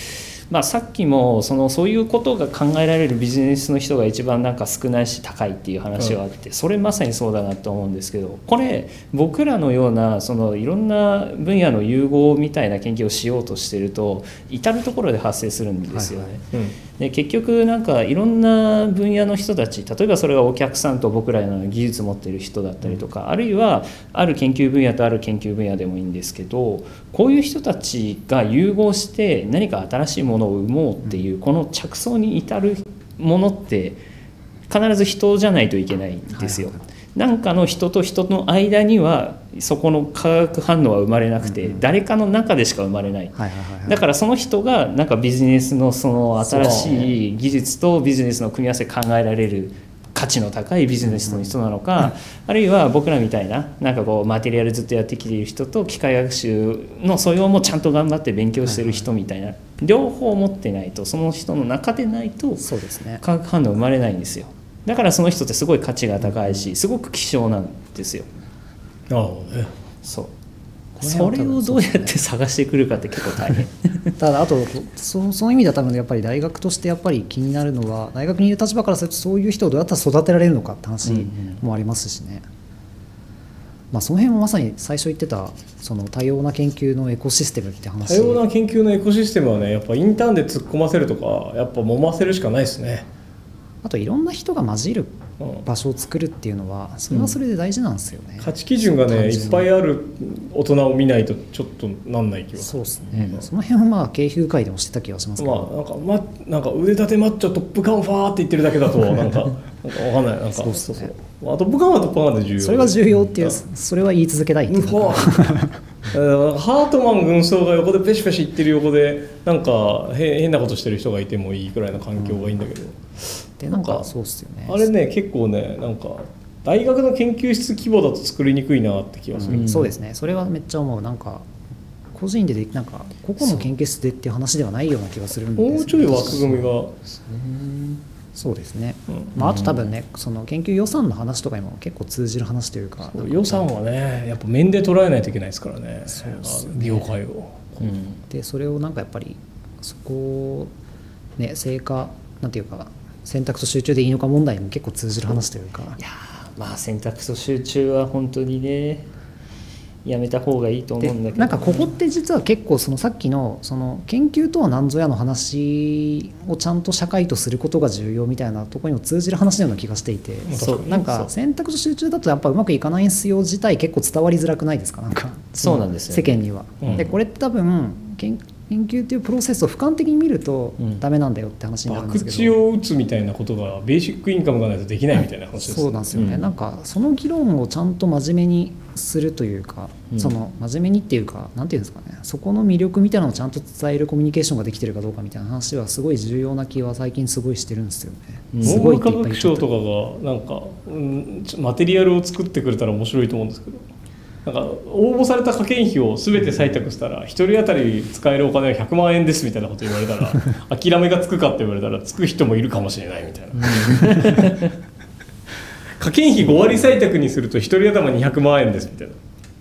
さっきもそういうことが考えられるビジネスの人が一番なんか少ないし高いっていう話があって、それまさにそうだなと思うんですけど、これ僕らのようないろんな分野の融合みたいな研究をしようとしてると至るところで発生するんですよね。で結局なんかいろんな分野の人たち、例えばそれがお客さんと僕らの技術持っている人だったりとか、あるいはある研究分野とある研究分野でもいいんですけど、こういう人たちが融合して何か新しいものを生もうっていうこの着想に至るものって必ず人じゃないといけないんですよ。なんかの人と人の間にはそこの化学反応は生まれなくて、誰かの中でしか生まれない。だからその人がなんかビジネスのその新しい技術とビジネスの組み合わせ考えられる価値の高いビジネスの人なのか、あるいは僕らみたいななんかこうマテリアルずっとやってきている人と機械学習の素養もちゃんと頑張って勉強してる人みたいな、両方持ってないと、その人の中でないと化学反応生まれないんですよ。だからその人ってすごい価値が高いし、すごく希少なんですよ。 なるほどね。 それをどうやって探してくるかって結構大変ただあとその意味では多分やっぱり大学としてやっぱり気になるのは、大学にいる立場からするとそういう人をどうやったら育てられるのかって話もありますしね。その辺もまさに最初言ってたその多様な研究のエコシステムって話。 多様な研究のエコシステムはね、やっぱインターンで突っ込ませるとか、やっぱ揉ませるしかないですね。 あといろんな人が混じる場所を作るっていうのは、それはそれで大事なんですよね。 価値基準がねいっぱいある大人を見ないとちょっとなんない気がする。 そうですね、その辺は経費会でもしてた気がしますけど、 なんか腕立てマッチョトップガンファーって言ってるだけだとなんかわかんない。なんかそうトップガンはトップガンで重要。 それは重要っていう、それは言い続けたいっていうかハートマン軍曹が横でペシペシ言ってる横でなんか変なことしてる人がいてもいいくらいの環境がいいんだけど、 でなんかそうっすよね。 あれね結構ねなんか大学の研究室規模だと作りにくいなって気がする。 そうですね、それはめっちゃ思う。なんか個人でなんか個々の研究室でっていう話ではないような気がするんですよね。 もうちょい枠組みがそうですね、あと多分ねその研究予算の話とかにも結構通じる話というか、 予算はねやっぱ面で捉えないといけないですからね、業界を。 でそれをなんかやっぱりそこをね成果なんていうか選択と集中でいいのか問題にも結構通じる話というか。 いや選択と集中は本当にねやめた方がいいと思うんだけど、 なんかここって実は結構さっきのその研究とは何ぞやの話をちゃんと社会とすることが重要みたいなところにも通じる話のような気がしていて、なんか選択と集中だとやっぱうまくいかないんすよ自体結構伝わりづらくないですか。なんかそうなんですよ、 世間には。でこれって多分研究っていうプロセスを俯瞰的に見るとダメなんだよって話になるんですけど、 博打を打つみたいなことがベーシックインカムがないとできないみたいな話ですね。 そうなんですよね、なんかその議論をちゃんと真面目にするというか、その真面目にっていうかなんていうんですかね、そこの魅力みたいなのをちゃんと伝えるコミュニケーションができてるかどうかみたいな話はすごい重要な気は最近すごいしてるんですよね。すごい文部科学省とかがなんか、マテリアルを作ってくれたら面白いと思うんですけど、なんか応募された科研費を全て採択したら1人当たり使えるお金は100万円ですみたいなこと言われたら諦めがつくかって言われたらつく人もいるかもしれないみたいな科研費5割採択にすると1人頭200万円ですみたいな。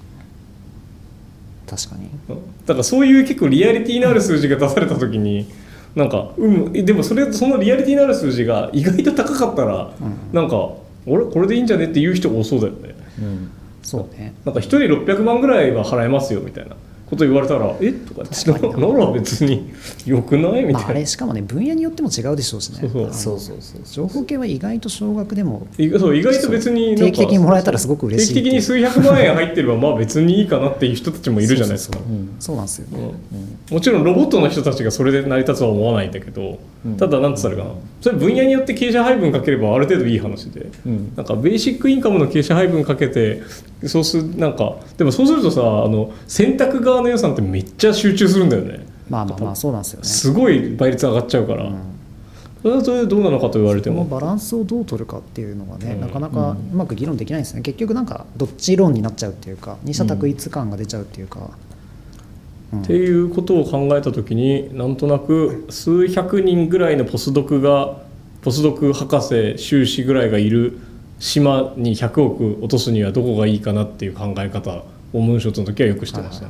確かにだからそういう結構リアリティのある数字が出された時になんか、でもそのリアリティのある数字が意外と高かったら、なんか俺これでいいんじゃねっていう人多そうだよね。 そうね、 なんか1人600万ぐらいは払えますよみたいなこと言われたらとかってなら別によくないみたいな。 あれしかもね分野によっても違うでしょうしね。そう情報系は意外と少額でも意外と別に定期的にもらえたらすごく嬉しい。 定期的に数百万円入ってれば別にいいかなっていう人たちもいるじゃないですか。 そうなんですよね、 もちろんロボットの人たちがそれで成り立つとは思わないんだけど、ただなんつったらいいかな、それ分野によって傾斜配分かければある程度いい話で、なんかベーシックインカムの傾斜配分かけてそうするなんかでもそうするとさ選択側の予算ってめっちゃ集中するんだよね。 そうなんですよね。 すごい倍率上がっちゃうから、それはそれでどうなのかと言われてもそのバランスをどう取るかっていうのがね、なかなかうまく議論できないですね。結局なんかどっち論になっちゃうっていうか二者択一感が出ちゃうっていうか、 っていうことを考えた時になんとなく数百人ぐらいのポスドク博士修士ぐらいがいる島に100億落とすにはどこがいいかなっていう考え方をムーンショットの時はよくしてましたね。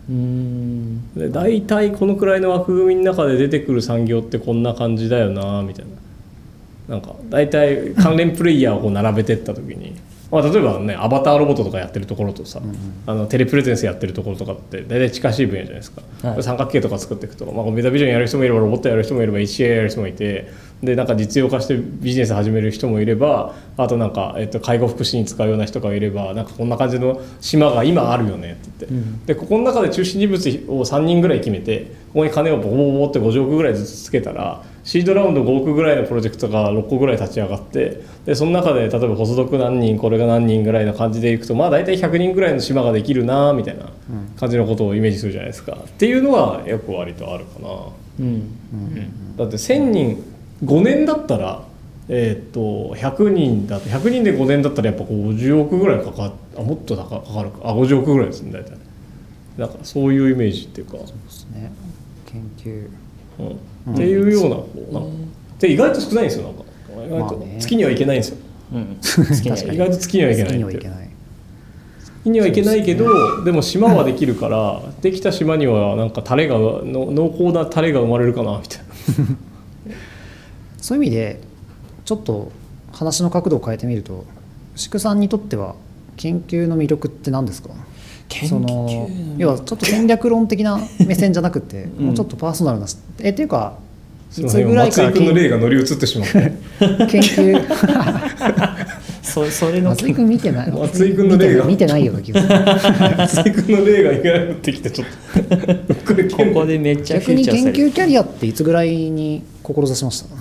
で大体このくらいの枠組みの中で出てくる産業ってこんな感じだよなみたいな、なんか大体関連プレイヤーをこう並べてった時にまあ、例えばねアバターロボットとかやってるところとさ、テレプレゼンスやってるところとかって大体近しい分野じゃないですか、はい、三角形とか作っていくと、まあ、コンピュータービジョンやる人もいればロボットやる人もいれば HCI やる人もいて、でなんか実用化してビジネス始める人もいれば、あとなんか、介護福祉に使うような人がいれば、なんかこんな感じの島が今あるよねって言って、でここの中で中心人物を3人ぐらい決めて、ここに金をボコボコって50億ぐらいずつつけたら、シードラウンド5億ぐらいのプロジェクトが6個ぐらい立ち上がって、でその中で例えばポスドク何人これが何人ぐらいの感じでいくと、まあ大体100人ぐらいの島ができるなみたいな感じのことをイメージするじゃないですか、っていうのはよく割とあるかな、だって1000人5年だったら、100人だと100人で5年だったらやっぱ50億ぐらいかかる、もっとかかるか、50億ぐらいですね大体。なんかそういうイメージっていうか、そうですね、 研究、 っていうような、で意外と少ないんですよ、なんか意外と月には行けないんですよ、意外と月には行けない、月には行けないけど、でも島はできるからできた島にはなんかタレが濃厚なタレが生まれるかなみたいなそういう意味でちょっと話の角度を変えてみると、牛久さんにとっては研究の魅力って何ですか？その要はちょっと戦略論的な目線じゃなくて、もうちょっとパーソナルなっていうか、 いつぐらいから松井君の例が乗り移ってしまって研究それの松井君見てない、 松井君の例が見てないような気がする松井君の例がいきなり降ってきてちょっとここでめっちゃフ逆にィーチャーされる。 研究キャリアっていつぐらいに志しました？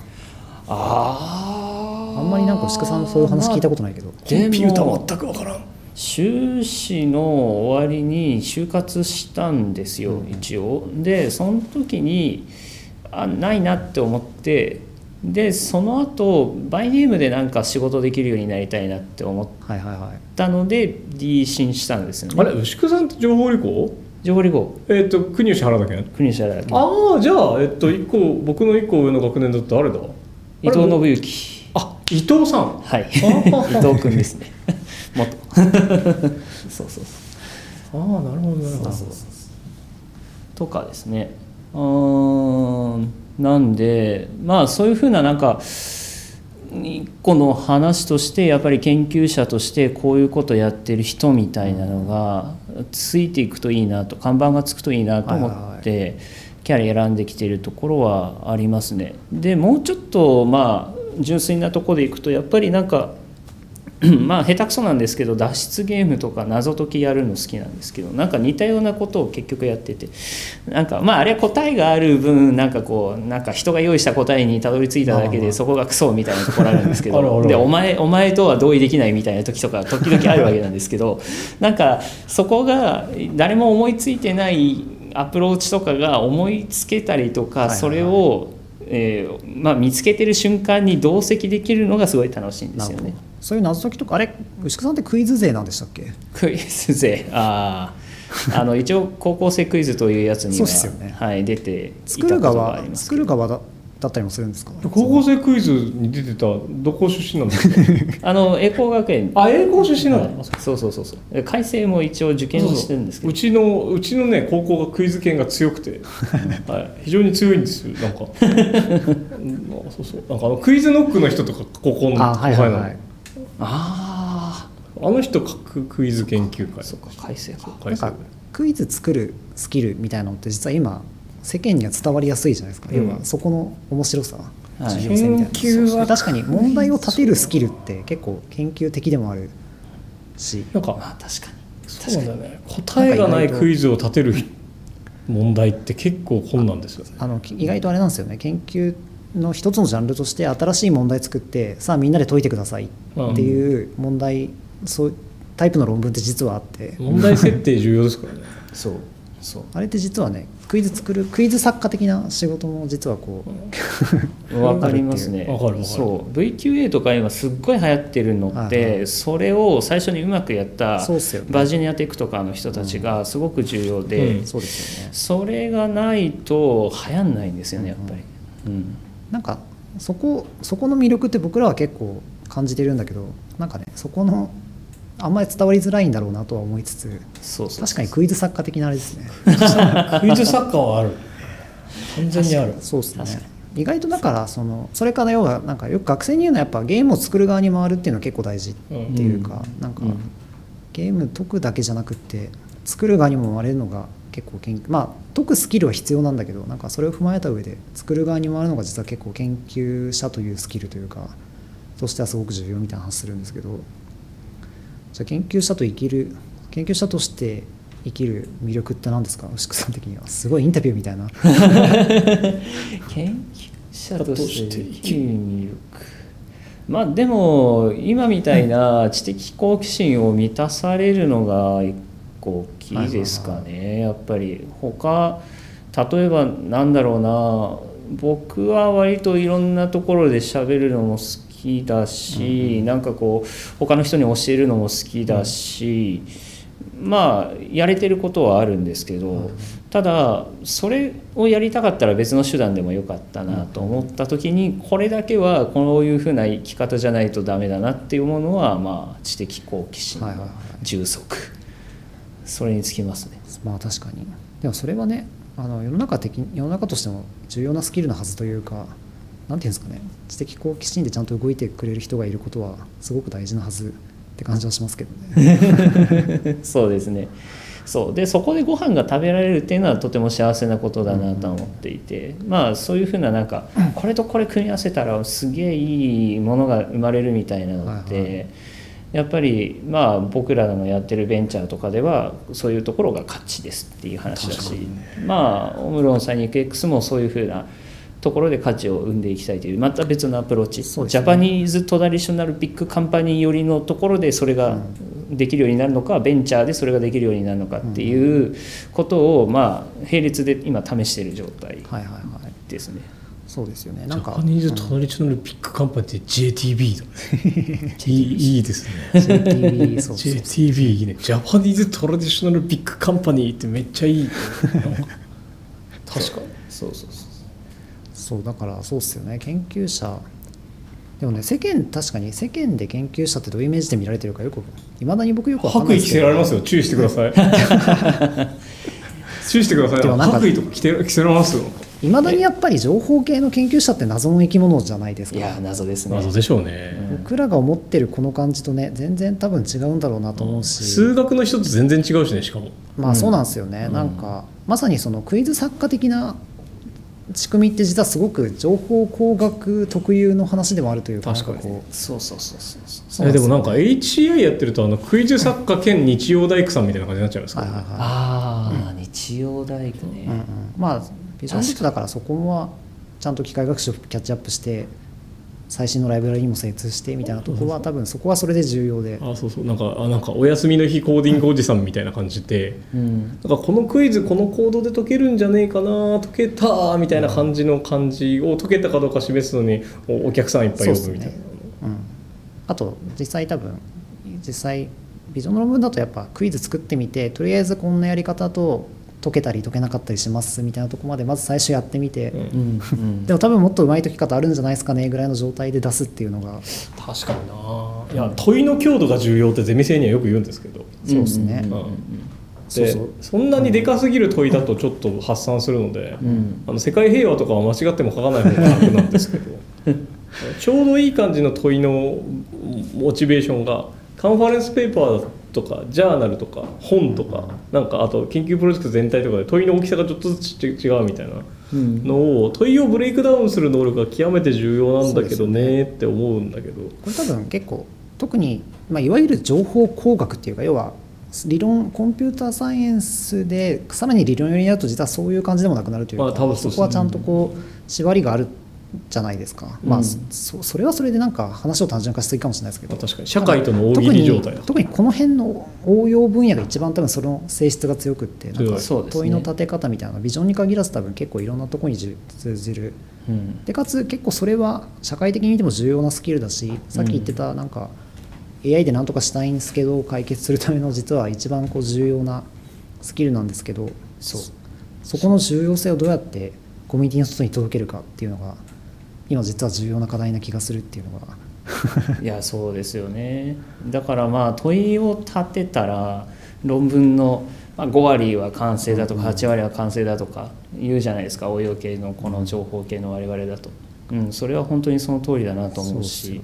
あんまりなんか牛久さんそういう話聞いたことないけど、 コンピューター全く分からん。 修士の終わりに就活したんですよ、一応。でその時にないなって思って、でその後バイネームでなんか仕事できるようになりたいなって思ったので D 進したんですよね。 あれ牛久さんって情報理工？ 情報理工。 国吉原田県？ 国吉原田県。 ああ、じゃあ僕の1個上の学年だと誰だ？ 伊藤信之。 あ、伊藤さん。 はい。伊藤君ですね。元そうああ、なるほどなるほど。 とかですね。なんでまあそういうふうななんか一個の話としてやっぱり研究者としてこういうことやってる人みたいなのがついていくといいなと、看板がつくといいなと思ってキャリア選んできているところはありますね。でもうちょっとまあ純粋なところでいくとやっぱりなんかまあ下手くそなんですけど脱出ゲームとか謎解きやるの好きなんですけど、なんか似たようなことを結局やってて、なんかまああれは答えがある分なんかこうなんか人が用意した答えにたどり着いただけでそこがクソみたいなところあるんですけどでお前とは同意できないみたいな時とか時々あるわけなんですけどなんかそこが誰も思いついてないアプローチとかが思いつけたりとか、それをまあ見つけてる瞬間に同席できるのがすごい楽しいんですよね。 そういう謎解きとか、あれ牛久さんってクイズ勢なんでしたっけ？ クイズ勢、一応高校生クイズというやつには、ね、はい、出ていたことがあります。 作る側だったりもするんですか？ 高校生クイズに出てたどこ出身なんですか？ 栄光学園。 栄光出身なんだ。 そう開成も一応受験してるんですけど、 うちのね高校がクイズ圏が強くて、はい、非常に強いんですよ。なんかなんかクイズノックの人とか高校の後輩なの。あの人クイズ研究会。 そうか、改正か。 なんかクイズ作るスキルみたいなのって実は今世間には伝わりやすいじゃないですか、要はそこの面白さ、重要性みたいな。研究は確かに問題を立てるスキルって結構研究的でもあるし、 なんか確かにそうなんだよね。答えがないクイズを立てる問題って結構困難ですよね。 意外とあれなんですよね、研究の一つのジャンルとして新しい問題作ってさあみんなで解いてくださいっていう問題、そうタイプの論文って実はあって、 問題設定重要ですからね。 そうあれって実はね、クイズ作家的な仕事も実はこう分かりますね。 分かる。 そう VQA とか今すっごい流行ってるのって、それを最初にうまくやったバージニアテックとかの人たちがすごく重要で、 そうですよね。 それがないと流行んないんですよね、やっぱり。 なんかそこの魅力って僕らは結構感じてるんだけど、なんかね、そこのあんまり伝わりづらいんだろうなとは思いつつ、 そう確かにクイズ作家的なあれですね。 クイズ作家はある、完全にある。 そうですね。意外とだからそれから要はなんかよく学生に言うのはやっぱゲームを作る側に回るっていうのは結構大事っていうか、なんかゲーム解くだけじゃなくって作る側にも回れるのが結構まあ解くスキルは必要なんだけど、なんかそれを踏まえた上で作る側に回るのが実は結構研究者というスキルというかとしてはすごく重要みたいな話するんですけど、じゃあ研究者として生きる魅力って何ですか、牛久さん的には。すごいインタビューみたいな。 研究者として生きる魅力、まあでも今みたいな知的好奇心を満たされるのが一個大きいですかね。やっぱり例えばなんだろうな、僕は割といろんなところで喋るのも好きだし、なんかこう他の人に教えるのも好きだし、まあやれてることはあるんですけど、ただそれをやりたかったら別の手段でもよかったなと思った時に、これだけはこういうふうな生き方じゃないとダメだなっていうものは、まあ知的好奇心の充足、それにつきますね。 まあ確かに。でもそれはね、世の中としても重要なスキルのはずというか、なんていうんですかね、知的好奇心でちゃんと動いてくれる人がいることはすごく大事なはずって感じはしますけどね。 そうですね。そうで、そこでご飯が食べられるっていうのはとても幸せなことだなと思っていて、まあそういうふうななんかこれとこれ組み合わせたらすげえいいものが生まれるみたいなのって、やっぱりまあ僕らのやってるベンチャーとかではそういうところが価値ですっていう話だし、まあオムロンサニック X もそういうふうなところで価値を生んでいきたいというまた別のアプローチ、ジャパニーズトラディショナルビッグカンパニー寄りのところでそれができるようになるのか、ベンチャーでそれができるようになるのかっていうことをまあ並列で今試している状態ですね。 そうですよね。 なんかジャパニーズトラディショナルビッグカンパニーって JTB だいいですね。JTB いいね。ジャパニーズトラディショナルビッグカンパニーってめっちゃいい。確かに。 そうだからそうっすよね。研究者でもね、確かに世間で研究者ってどういうイメージで見られてるかいまだに僕よく分かんないですけど。 白衣着せられますよ。注意してください。注意してください。白衣とか着せられますよ。 いまだにやっぱり情報系の研究者って謎の生き物じゃないですか。 いや謎ですね。 謎でしょうね。 僕らが思ってるこの感じとね全然多分違うんだろうなと思うし、 数学の人と全然違うしね。しかもまあそうなんですよね。なんかまさにそのクイズ作家的な仕組みって実はすごく情報工学特有の話でもあるというか、 確かにそうでもなんか HCI やってるとクイズ作家兼日曜大工さんみたいな感じになっちゃいますか、 日曜大工ね、 まあビジョンブックだからそこはちゃんと機械学習をキャッチアップして最新のライブラリにも精通してみたいなところは多分そこはそれで重要で、 なんかお休みの日コーディングおじさんみたいな感じで、なんかこのクイズこのコードで解けるんじゃねえかな、解けたみたいな感じを解けたかどうか示すのにお客さんいっぱい呼ぶみたいな、 あと実際ビジョンの論文だとやっぱクイズ作ってみてとりあえずこんなやり方と解けたり解けなかったりしますみたいなところまでまず最初やってみて、でも多分もっと上手い解き方あるんじゃないですかねぐらいの状態で出すっていうのが確かにな。いや問いの強度が重要ってゼミ生にはよく言うんですけど、 そうですね、 そんなにでかすぎる問いだとちょっと発散するので、世界平和とかは間違っても書かない方が楽なんですけどちょうどいい感じの問いのモチベーションがカンファレンスペーパーとかジャーナルとか本とか、なんかあと研究プロジェクト全体とかで問いの大きさがちょっとずつ違うみたいなのを、問いをブレイクダウンする能力が極めて重要なんだけどねって思うんだけど、 これ多分結構特に、いわゆる情報工学っていうか要は理論コンピューターサイエンスでさらに理論寄りになると実はそういう感じでもなくなるというか、そこはちゃんとこう縛りがあるじゃないですか、それはそれでなんか話を単純化しすぎかもしれないですけど、 確かに社会との大喜利状態だ、 特にこの辺の応用分野が一番多分その性質が強くって、なんか問いの立て方みたいなビジョンに限らず多分結構いろんなところに通じる、でかつ結構それは社会的に見ても重要なスキルだし、さっき言ってたなんか AI で何とかしたいんですけど解決するための実は一番こう重要なスキルなんですけど、そこの重要性をどうやってコミュニティの外に届けるかっていうのが今実は重要な課題な気がするっていうのがいやそうですよね。だからまあ問いを立てたら論文の5割は完成だとか8割は完成だとか言うじゃないですか、応用系のこの情報系の我々だと、それは本当にその通りだなと思うし、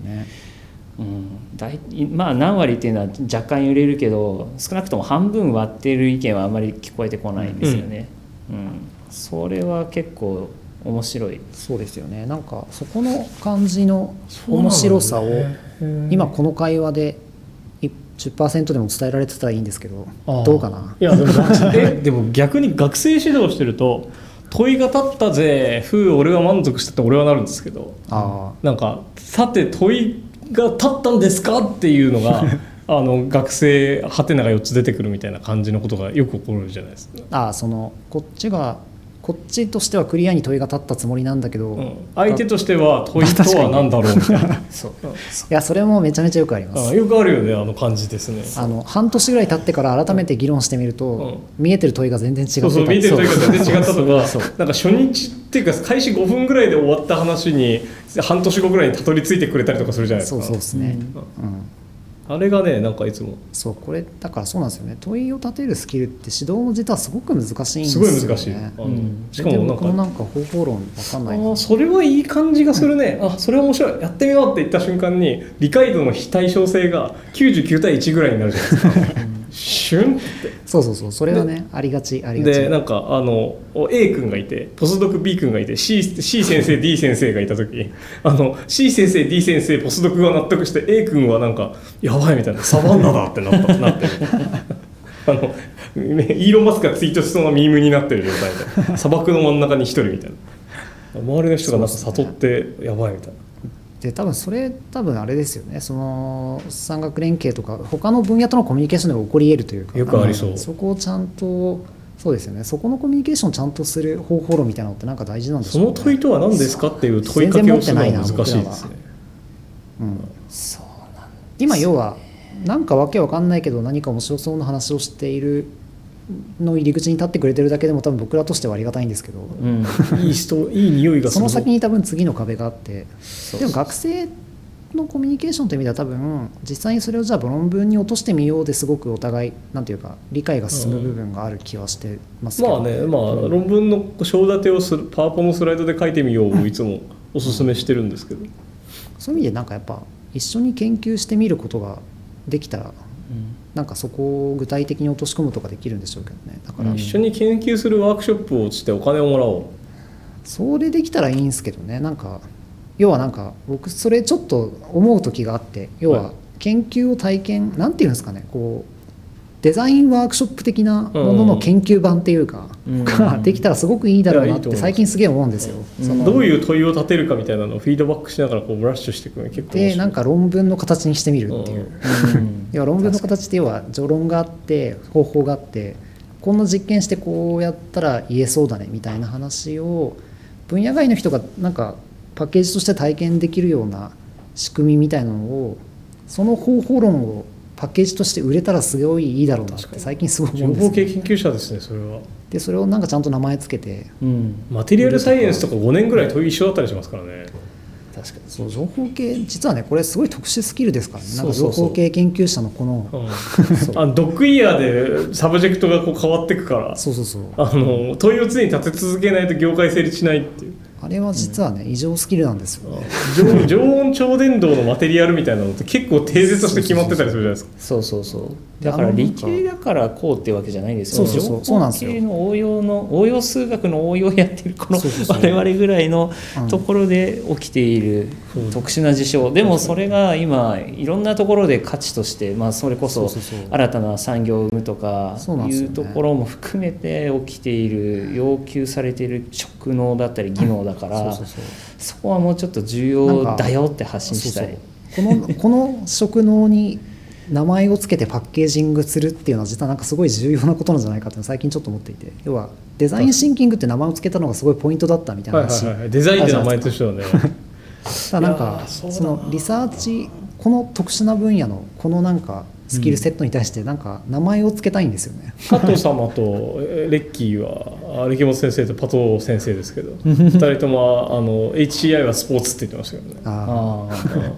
まあ何割っていうのは若干揺れるけど、少なくとも半分割っている意見はあまり聞こえてこないんですよね。それは結構面白い。 そうですよね。なんかそこの感じの面白さを今この会話で10% でも伝えられてたらいいんですけど、どうかな。 いやでも逆に学生指導してると問いが立ったぜ、俺は満足したって俺はなるんですけど、なんかさて問いが立ったんですかっていうのが学生ハテナが4つ出てくるみたいな感じのことがよく起こるじゃないですか。こっちとしてはクリアに問いが立ったつもりなんだけど、相手としては問いとは何だろうみたいな。いやそれもめちゃめちゃよくあります。 よくあるよね、感じですね。 半年ぐらい経ってから改めて議論してみると、見えてる問いが全然違ってた。 見えてる問いが全然違ったとかなんか初日っていうか開始5分ぐらいで終わった話に半年後ぐらいにたどり着いてくれたりとかするじゃないですか。 そうですね。 あれがね、なんかいつもこれだからそうなんですよね。問いを立てるスキルって指導も実はすごく難しいんですよね。 すごい難しい。 しかもなんか方法論わかんない。 それはいい感じがするね。それは面白い、やってみようって言った瞬間に理解度の非対称性が99対1ぐらいになるじゃないですか。シュンって。 そうそれはね、ありがちでなんかA 君がいてポスドク B 君がいて C 先生 D 先生がいた時C 先生 D 先生ポスドクが納得して A 君はなんかやばいみたいな、サバンナだってなってるイーロン・マスクがツイートしそうなミームになってる状態で砂漠の真ん中に一人みたいな、周りの人がなんか悟ってやばいみたいな。 で多分あれですよね、その産学連携とか他の分野とのコミュニケーションでも起こり得るというか、 よくありそう。 そこをちゃんとそうですよね、そこのコミュニケーションをちゃんとする方法論みたいなのってなんか大事なんでしょうね。 その問いとは何ですかっていう問いかけをするのは難しいですね。 今要はなんかわけわかんないけど何か面白そうな話をしているの入り口に立ってくれてるだけでも多分僕らとしてはありがたいんですけど、 いい匂いがする。 その先に多分次の壁があって、でも学生のコミュニケーションという意味では多分実際にそれをじゃあ論文に落としてみようですごくお互いなんていうか理解が進む部分がある気はしてますけど、 論文の章立てをパワポのスライドで書いてみようをいつもおすすめしてるんですけど、 そういう意味でなんかやっぱ一緒に研究してみることができたら、なんかそこを具体的に落とし込むとかできるんでしょうけどね。だから一緒に研究するワークショップをしてお金をもらおう。 それできたらいいんですけどね。なんか要はなんか僕それちょっと思う時があって、要は研究を体験なんていうんですかね、こうデザインワークショップ的なものの研究版っていうか、ができたらすごくいいだろうなって最近すげえ思うんですよ。 どういう問いを立てるかみたいなのをフィードバックしながらこうブラッシュしていくの結構面白い。 でなんか論文の形にしてみるっていう、要は論文の形って要は序論があって方法があって、こんな実験してこうやったら言えそうだねみたいな話を分野外の人がなんかパッケージとして体験できるような仕組みみたいなのを、その方法論をパッケージとして売れたらすごいいいだろうなって最近すごい思うんですよ。 情報系研究者ですね、それは。 でそれをなんかちゃんと名前つけて、 マテリアルサイエンスとか5年ぐらい問い一緒だったりしますからね。 確かにそう、情報系実はねこれすごい特殊スキルですからね。なんか情報系研究者のこのドッグイヤーでサブジェクトがこう変わっていくから、問いを常に立て続けないと業界成立しないっていう。 あれは実はね、異常スキルなんですよね。 常温超伝導のマテリアルみたいなのって結構定説として決まってたりするじゃないですか。 そうだから理系だからこうっていうわけじゃないんですよ。 そうなんですよ。 情報系の応用数学の応用をやってるこの我々ぐらいのところで起きている特殊な事象、でもそれが今いろんなところで価値として、それこそ新たな産業を生むとかいうところも含めて起きている、要求されている職能だったり技能だから、そこはもうちょっと重要だよって発信したい。 この職能に名前をつけてパッケージングするっていうのは実はなんかすごい重要なことなんじゃないかって最近ちょっと思っていて、要はデザインシンキングって名前をつけたのがすごいポイントだったみたいな話、 デザインって名前としてはねなんかそのリサーチ、この特殊な分野のこのなんかスキルセットに対してなんか名前をつけたいんですよね。 加藤様とレッキーはレキモト先生とパト先生ですけど2人ともHCI はスポーツって言ってましたけどね。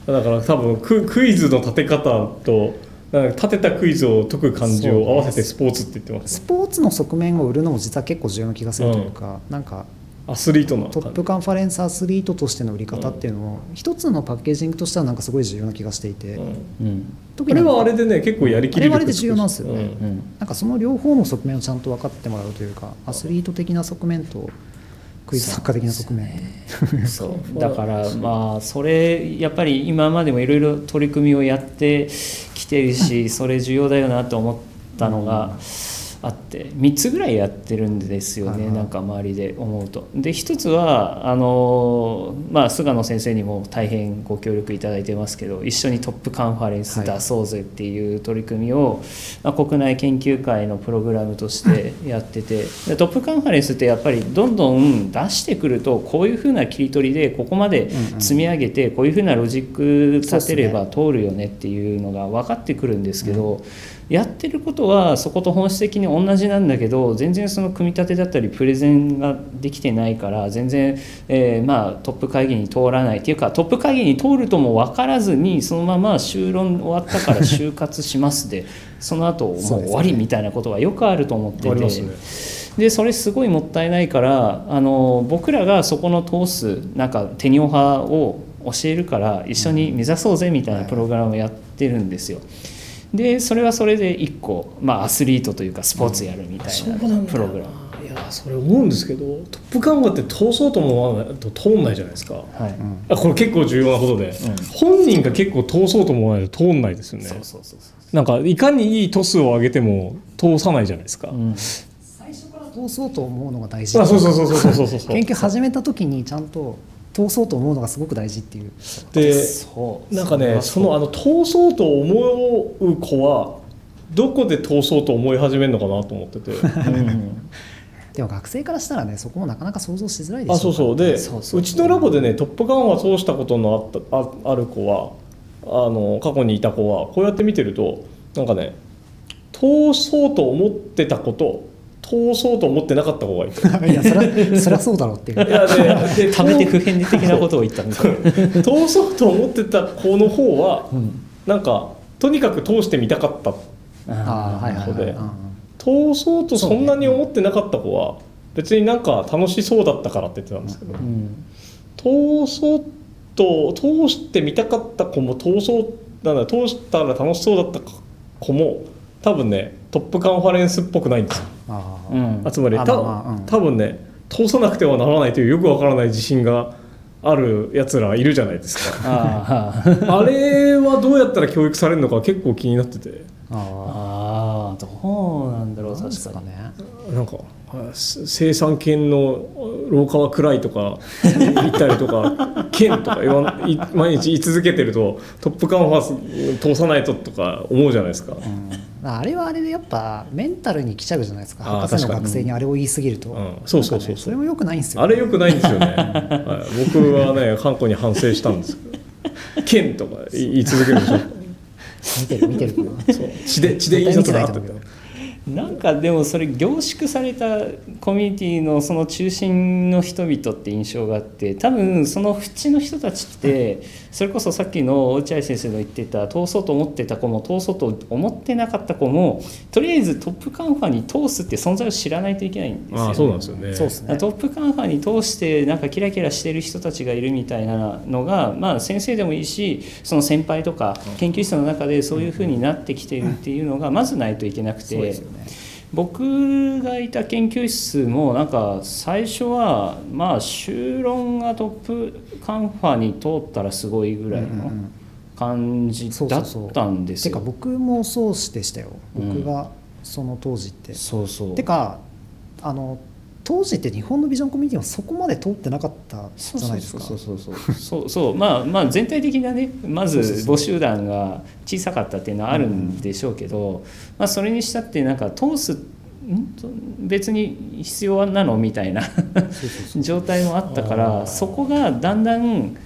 だから多分クイズの立て方となんか立てたクイズを解く感じを合わせてスポーツって言ってます。 スポーツの側面を売るのも実は結構重要な気がするというか、なんかアスリートのトップカンファレンスアスリートとしての売り方っていうのも一つのパッケージングとしてはなんかすごい重要な気がしていて、 特にあれはあれでね結構やりきれる、 あれはあれで重要なんですよね、なんかその両方の側面をちゃんと分かってもらうというか、アスリート的な側面とクイズ作家的な側面そうだからまあそれやっぱり今までもいろいろ取り組みをやってきてるし、それ重要だよなと思ったのがあって3つぐらいやってるんですよね、なんか周りで思うと。で1つは菅野先生にも大変ご協力いただいてますけど、一緒にトップカンファレンス出そうぜっていう取り組みを、国内研究会のプログラムとしてやってて、でトップカンファレンスってやっぱりどんどん出してくるとこういうふうな切り取りでここまで積み上げてこういうふうなロジック立てれば通るよねっていうのが分かってくるんですけど、やってることはそこと本質的に同じなんだけど、全然その組み立てだったりプレゼンができてないから全然、トップ会議に通らないっていうか、トップ会議に通るとも分からずにそのまま修論終わったから就活しますでその後もう終わりみたいなことがよくあると思ってて、でそれすごいもったいないから、僕らがそこの通すなんかテニオ派を教えるから一緒に目指そうぜみたいなプログラムをやってるんですよ。でそれはそれで1個、アスリートというかスポーツやるみたいなプログラム。 いやそれ思うんですけど、トップカンファって通そうと思わないと通んないじゃないですか、これ結構重要なことで、本人が結構通そうと思わないと通んないですよね。なんかいかにいいトスを上げても通さないじゃないですか、 最初から通そうと思うのが大事。 そう研究始めた時にちゃんと通そうと思うのがすごく大事っていう。 でなんかね、通そうと思う子はどこで通そうと思い始めるのかなと思っててでも学生からしたらね、そこもなかなか想像しづらいでしょう。 でうちのラボでねトップカンファ通したことのある子は過去にいた子はこうやって見てると、なんかね通そうと思ってた子と通そうと思ってなかった方がいいいやそりゃそうだろうっていう。 いやで食べて普遍的なことを言ったみたいな通そうと思ってた子の方は、なんかとにかく通してみたかった子で、通そうとそんなに思ってなかった子は別になんか楽しそうだったからって言ってたんですけど、通してみたかった子も通したら楽しそうだった子も多分ねトップカンファレンスっぽくないんですよ。つまり多分ね通さなくてはならないというよくわからない自信があるやつらいるじゃないですかあれはどうやったら教育されるのか結構気になってて、 どうなんだろう。確かにね、 なんか生産犬の廊下は暗いとか言ったりとか剣とか毎日言い続けてるとトップカンファ通さないととか思うじゃないですか、 あれはあれでやっぱメンタルに来ちゃうじゃないですか。博士の学生にあれを言い過ぎると、 そうそれも良くないんですよ、 あれ良くないんですよね、僕はね過去に反省したんですけど剣とか言い続けるでしょ見てる血で印刷があったなんかでもそれ凝縮されたコミュニティのその中心の人々って印象があって、多分その縁の人たちってそれこそさっきの落合先生の言ってた通そうと思ってた子も通そうと思ってなかった子もとりあえずトップカンファに通すって存在を知らないといけないんですよね。 そうなんですよね。 そうですね。 トップカンファに通してなんかキラキラしてる人たちがいるみたいなのが、先生でもいいしその先輩とか研究室の中でそういう風になってきているっていうのがまずないといけなくて、僕がいた研究室もなんか最初は修論がトップカンファに通ったらすごいぐらいの感じだったんですよ。 てか僕もそうでしたよ。僕がその当時って。てか当時って日本のビジョンコミュニティはそこまで通ってなかったじゃないですか。 全体的なねまず母集団が小さかったっていうのはあるんでしょうけど、それにしたってなんか通す別に必要なのみたいな状態もあったから、そこがだんだん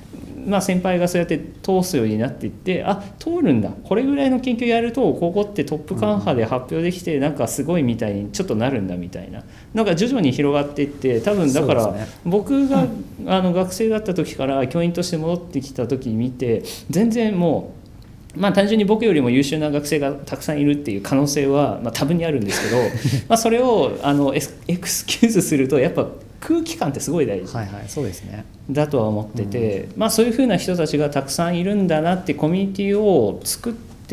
先輩がそうやって通すようになっていって、あ、通るんだ、これぐらいの研究やるとここってトップカンファで発表できてなんかすごいみたいにちょっとなるんだみたいなのが徐々に広がっていって、多分だから僕が学生だった時から教員として戻ってきた時に見て、全然もう単純に僕よりも優秀な学生がたくさんいるっていう可能性は多分にあるんですけどそれをエクスキューズするとやっぱ空気感ってすごい大事そうですねだとは思ってて、そういうふうな人たちがたくさんいるんだなってコミュニティを作って、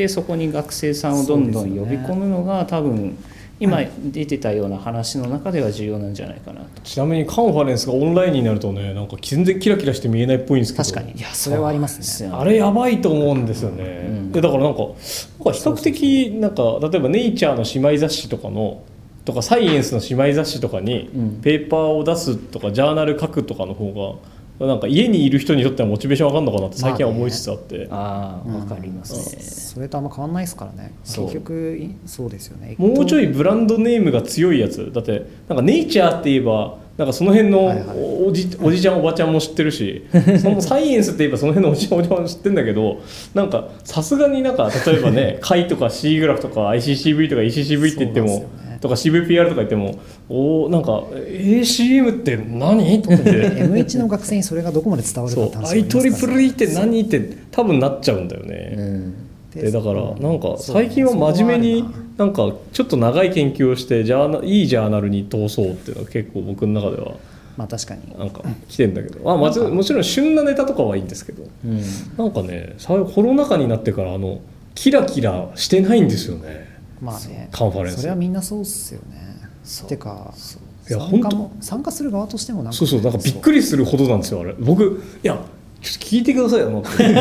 そこに学生さんをどんどん呼び込むのが多分今出てたような話の中では重要なんじゃないかなと。 ちなみにカンファレンスがオンラインになるとね、なんか全然キラキラして見えないっぽいんですけど、 確かに、いやそれはありますね。 あれやばいと思うんですよね、だからなんか比較的なんか例えばネイチャーの姉妹雑誌とかサイエンスの姉妹雑誌とかにペーパーを出すとかジャーナル書くとかの方がなんか家にいる人にとってはモチベーション上がるのかなって最近は思いつつあって、 わかりますね、 それとあんま変わんないですからね。結局そうですよね。 もうちょいブランドネームが強いやつだって、なんかネイチャーって言えばなんかその辺のおじちゃんおばちゃんも知ってるしそのサイエンスって言えばその辺のおじちゃんおばちゃんも知ってるんだけど、なんかさすがになんか例えばね解とか C グラフとか ICCV とか ECCV って言っても、とか CVPR とか言ってもなんか ACM って何とかって M1 の学生にそれがどこまで伝わるかって話ありますからね。 IEEE って何って多分なっちゃうんだよね、でだからなんか最近は真面目になんかちょっと長い研究をしていいジャーナルに通そうっていうのは結構僕の中では確かになんか来てんだけど、もちろん旬なネタとかはいいんですけど、なんかねコロナ禍になってからキラキラしてないんですよね、カンファレンス。 それはみんなそうっすよね。てかいや参加する側としてもなんかなんかびっくりするほどなんですよあれ。僕ちょっと聞いてくださいよ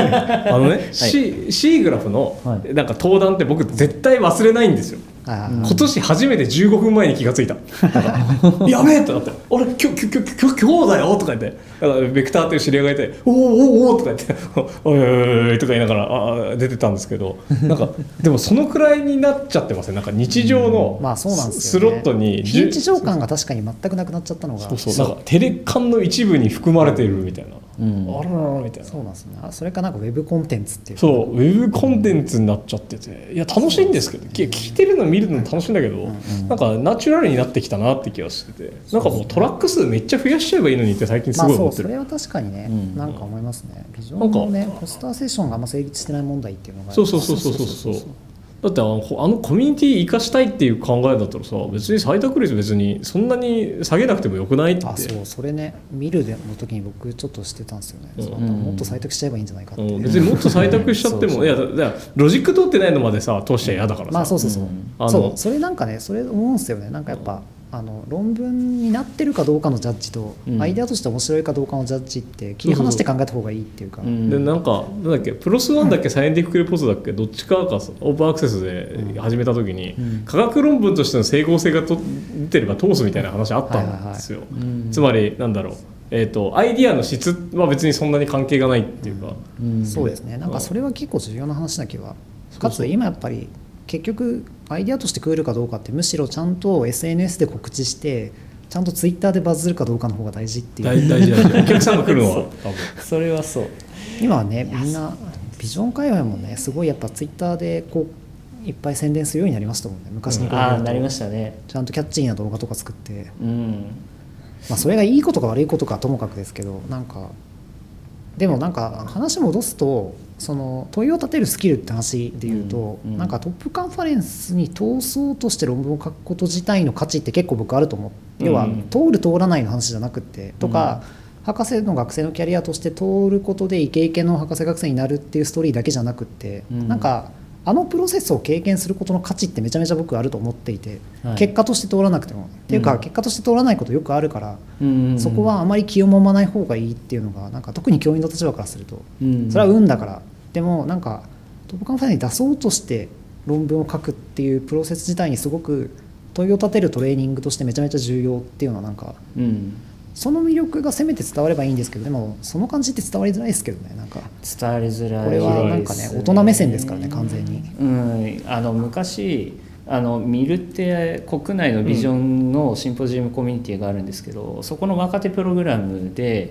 C グラフのなんか登壇って僕絶対忘れないんですよ。今年初めて15分前に気がついたやべえってなって、あれ今日だよとか言って、ベクターっていう知り合いがいておおとか言っておいおいおいとか言いながら出てたんですけど、なんかでもそのくらいになっちゃってますね。なんか日常のスロットに非日常感が確かに全くなくなっちゃったのが、 なんかテレカンの一部に含まれているみたいな、あららみたいな。 そうなんですね。それかなんかウェブコンテンツっていう、 そうウェブコンテンツになっちゃってて、いや楽しいんですけど、聞いてるの見るの楽しいんだけど、なんかナチュラルになってきたなって気がしてて、なんかもうトラック数めっちゃ増やしちゃえばいいのにって最近すごい思ってる。 それは確かにね、なんか思いますね。ビジョンのねポスターセッションがあんま成立してない問題っていうのが、 そうだってコミュニティ生かしたいっていう考えだったらさ、別に採択率別にそんなに下げなくてもよくないって。 それね、見るの時に僕ちょっとしてたんですよね、もっと採択しちゃえばいいんじゃないかって、 別にもっと採択しちゃってもいやロジック通ってないのまでさ通しちゃ嫌だからさ、 それなんかね、それ思うんですよね。なんかやっぱ論文になってるかどうかのジャッジと、アイデアとして面白いかどうかのジャッジって切り離して考えた方がいいっていうか、 でなんだっけプロスワンだっけサイエンティフィックレポートだっけどっちかがオープンアクセスで始めた時に、科学論文としての整合性が出てれば通すみたいな話あったんですよ。つまりなんだろう、アイディアの質は別にそんなに関係がないっていうか、 そうですね。なんかそれは結構重要な話な気は。かつ今やっぱり結局アイデアとして食えるかどうかってむしろちゃんと SNS で告知してちゃんと Twitter でバズるかどうかの方が大事っていう。 大事お客さんが来るのは多分それはそう。 今はねみんなビジョン界隈もねすごいやっぱ Twitter でこういっぱい宣伝するようになりましたもんね。昔に比べるとなりましたね。 ちゃんとキャッチーな動画とか作って、それがいいことか悪いことかともかくですけど、なんかでもなんか話戻すとその問いを立てるスキルって話でいうと、なんかトップカンファレンスに通そうとして論文を書くこと自体の価値って結構僕あると思う。要は通る通らないの話じゃなくてとか、博士の学生のキャリアとして通ることでイケイケの博士学生になるっていうストーリーだけじゃなくて、なんかプロセスを経験することの価値ってめちゃめちゃ僕あると思っていて、結果として通らなくてもっていうか、結果として通らないことよくあるから、そこはあまり気をもまない方がいいっていうのがなんか特に教員の立場からすると、それは運だから。でもなんかトップカンファレンスに出そうとして論文を書くっていうプロセス自体にすごく問いを立てるトレーニングとしてめちゃめちゃ重要っていうのはなんか、その魅力がせめて伝わればいいんですけど、でもその感じって伝わりづらいですけどね。なんか伝わりづらい、 これはなんかね大人目線ですからね完全に。 昔ミルって国内のビジョンのシンポジウムコミュニティがあるんですけど、そこの若手プログラムで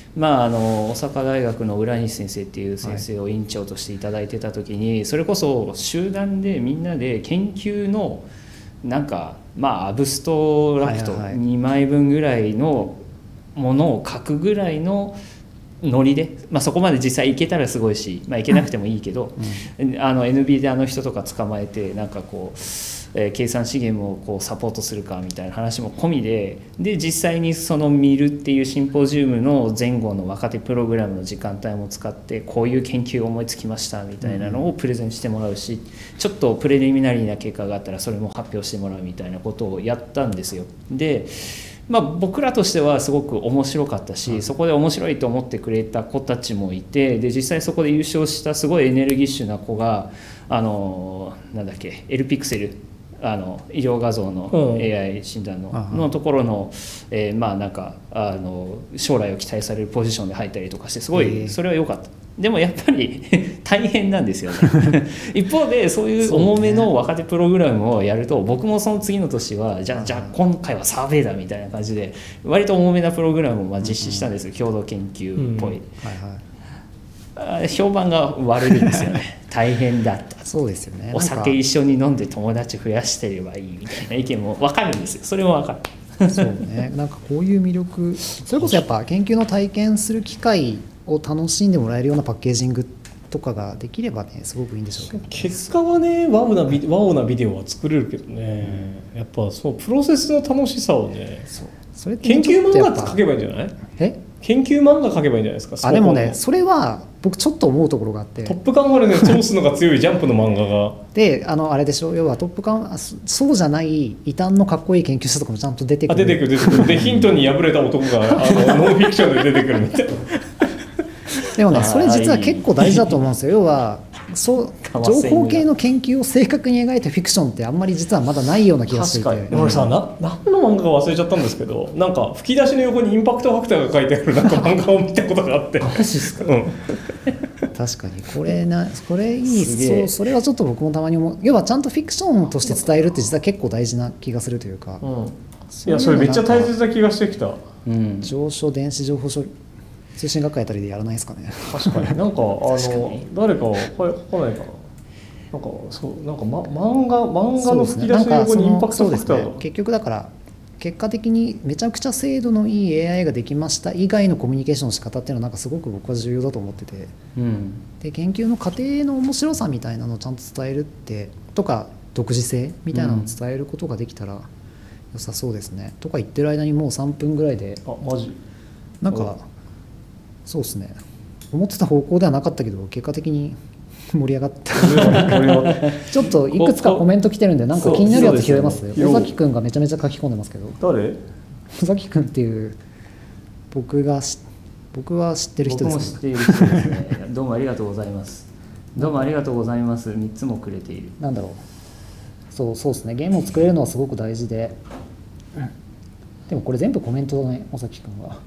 大阪大学の浦西先生っていう先生を院長としていただいてた時に、それこそ集団でみんなで研究のなんかアブストラクト2枚分ぐらいのものを書くぐらいのノリで、そこまで実際いけたらすごいし、いけなくてもいいけど、NB で人とか捕まえてなんかこう、計算資源をこうサポートするかみたいな話も込みで実際にその見るっていうシンポジウムの前後の若手プログラムの時間帯も使ってこういう研究を思いつきましたみたいなのをプレゼンしてもらうし、ちょっとプレリミナリーな結果があったらそれも発表してもらうみたいなことをやったんですよ。で僕らとしてはすごく面白かったし、そこで面白いと思ってくれた子たちもいて、で実際そこで優勝したすごいエネルギッシュな子がなんだっけエルピクセル医療画像の AI 診断のところの、なんか将来を期待されるポジションで入ったりとかしてすごいそれは良かった。でもやっぱり大変なんですよね一方でそういう重めの若手プログラムをやると、僕もその次の年はじゃあ今回はサーベイだみたいな感じで割と重めなプログラムを実施したんですよ、共同研究っぽい、評判が悪いんですよね大変だった。 そうですよね。 お酒一緒に飲んで友達増やしてればいいみたいな意見も分かるんですよ。それも分かるそうね、なんかこういう魅力、それこそやっぱ研究の体験する機会を楽しんでもらえるようなパッケージングとかができればねすごくいいんでしょうけど、 結果はねワオなビデオは作れるけどね、やっぱそうプロセスの楽しさをね、それって研究漫画って書けばいいんじゃない？研究漫画書けばいいんじゃないですか。 でもねそれは僕ちょっと思うところがあって、 トップガンまでね通すのが強いジャンプの漫画がであれでしょ、要はトップガンそうじゃない異端のかっこいい研究者とかもちゃんと出てくる。 出てくるでヒントに敗れた男がノンフィクションで出てくるみたいなでもねそれ実は結構大事だと思うんですよ。要は情報系の研究を正確に描いたフィクションってあんまり実はまだないような気がしていて、 俺さ何の漫画か忘れちゃったんですけど、なんか吹き出しの横にインパクトファクターが書いてあるなんか漫画を見たことがあってマジですか、確かにこれいい。それはちょっと僕もたまに思う。要はちゃんとフィクションとして伝えるって実は結構大事な気がするというか、 いやそれめっちゃ大切な気がしてきた。 上昇電子情報処理通信学会あたりでやらないですかね。 確かになんか誰か来ないかな。なんかそうなんか、漫画の吹き出しの横にインパクトファクターが、 結局だから結果的にめちゃくちゃ精度のいい AI ができました以外のコミュニケーションの仕方っていうのはなんかすごく僕は重要だと思ってて、で研究の過程の面白さみたいなのをちゃんと伝えるってとか独自性みたいなのを伝えることができたら良さそうですね、とか言ってる間にもう3分ぐらいでマジなんかそうですね、思ってた方向ではなかったけど結果的に盛り上がったちょっといくつかコメント来てるんでなんか気になるやつ拾えます？尾崎くんがめちゃめちゃ書き込んでますけど。 誰？ 尾崎くんっていう僕は知ってる人です。 僕も知っている人ですねどうもありがとうございます。どうもありがとうございます。3つもくれている。 なんだろう、そうですね、ゲームを作れるのはすごく大事で、でもこれ全部コメントだね。尾崎くんは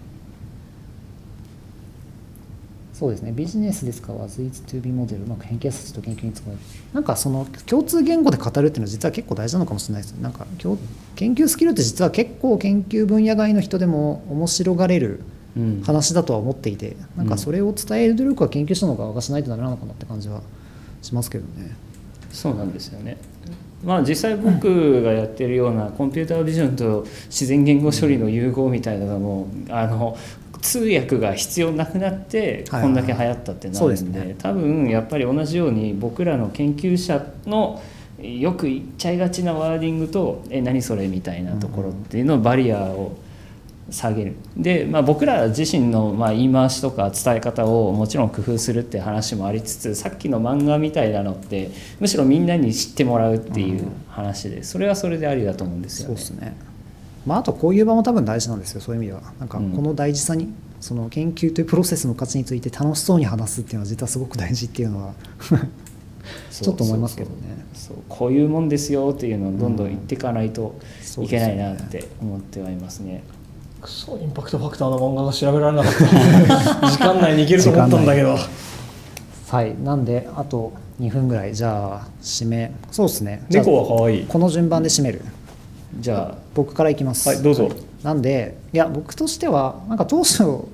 そうですね、ビジネスで使わず It's2B モデルうまく変形させると研究に使える。なんかその共通言語で語るっていうのは実は結構大事なのかもしれないですね。なんか研究スキルって実は結構研究分野外の人でも面白がれる話だとは思っていて、なんかそれを伝える努力は研究者の側がしないとダメなのかなって感じはしますけどね。 そうなんですよね。実際僕がやってるようなコンピュータービジョンと自然言語処理の融合みたいなのも通訳が必要なくなってこんだけ流行ったってなるんで、多分やっぱり同じように僕らの研究者のよく言っちゃいがちなワーディングと何それみたいなところっていうのバリアを下げる。で、僕ら自身の言い回しとか伝え方をもちろん工夫するって話もありつつ、さっきの漫画みたいなのってむしろみんなに知ってもらうっていう話で、それはそれでありだと思うんですよね。 そうですね。あとこういう場も多分大事なんですよ。そういう意味ではなんかこの大事さに、その研究というプロセスの価値について楽しそうに話すっていうのは実はすごく大事っていうのはちょっと思いますけどね。 そうこういうもんですよっていうのをどんどん言っていかないといけないなって思ってはいますね。 クソインパクトファクターの漫画が調べられなかった時間内にいけると思ったんだけど。 はい、なんであと2分ぐらい。じゃあ締め。そうですね、 猫は可愛い。 この順番で締める。 じゃあ僕からいきます。 はい、どうぞ。 なんで僕としてはなんか当初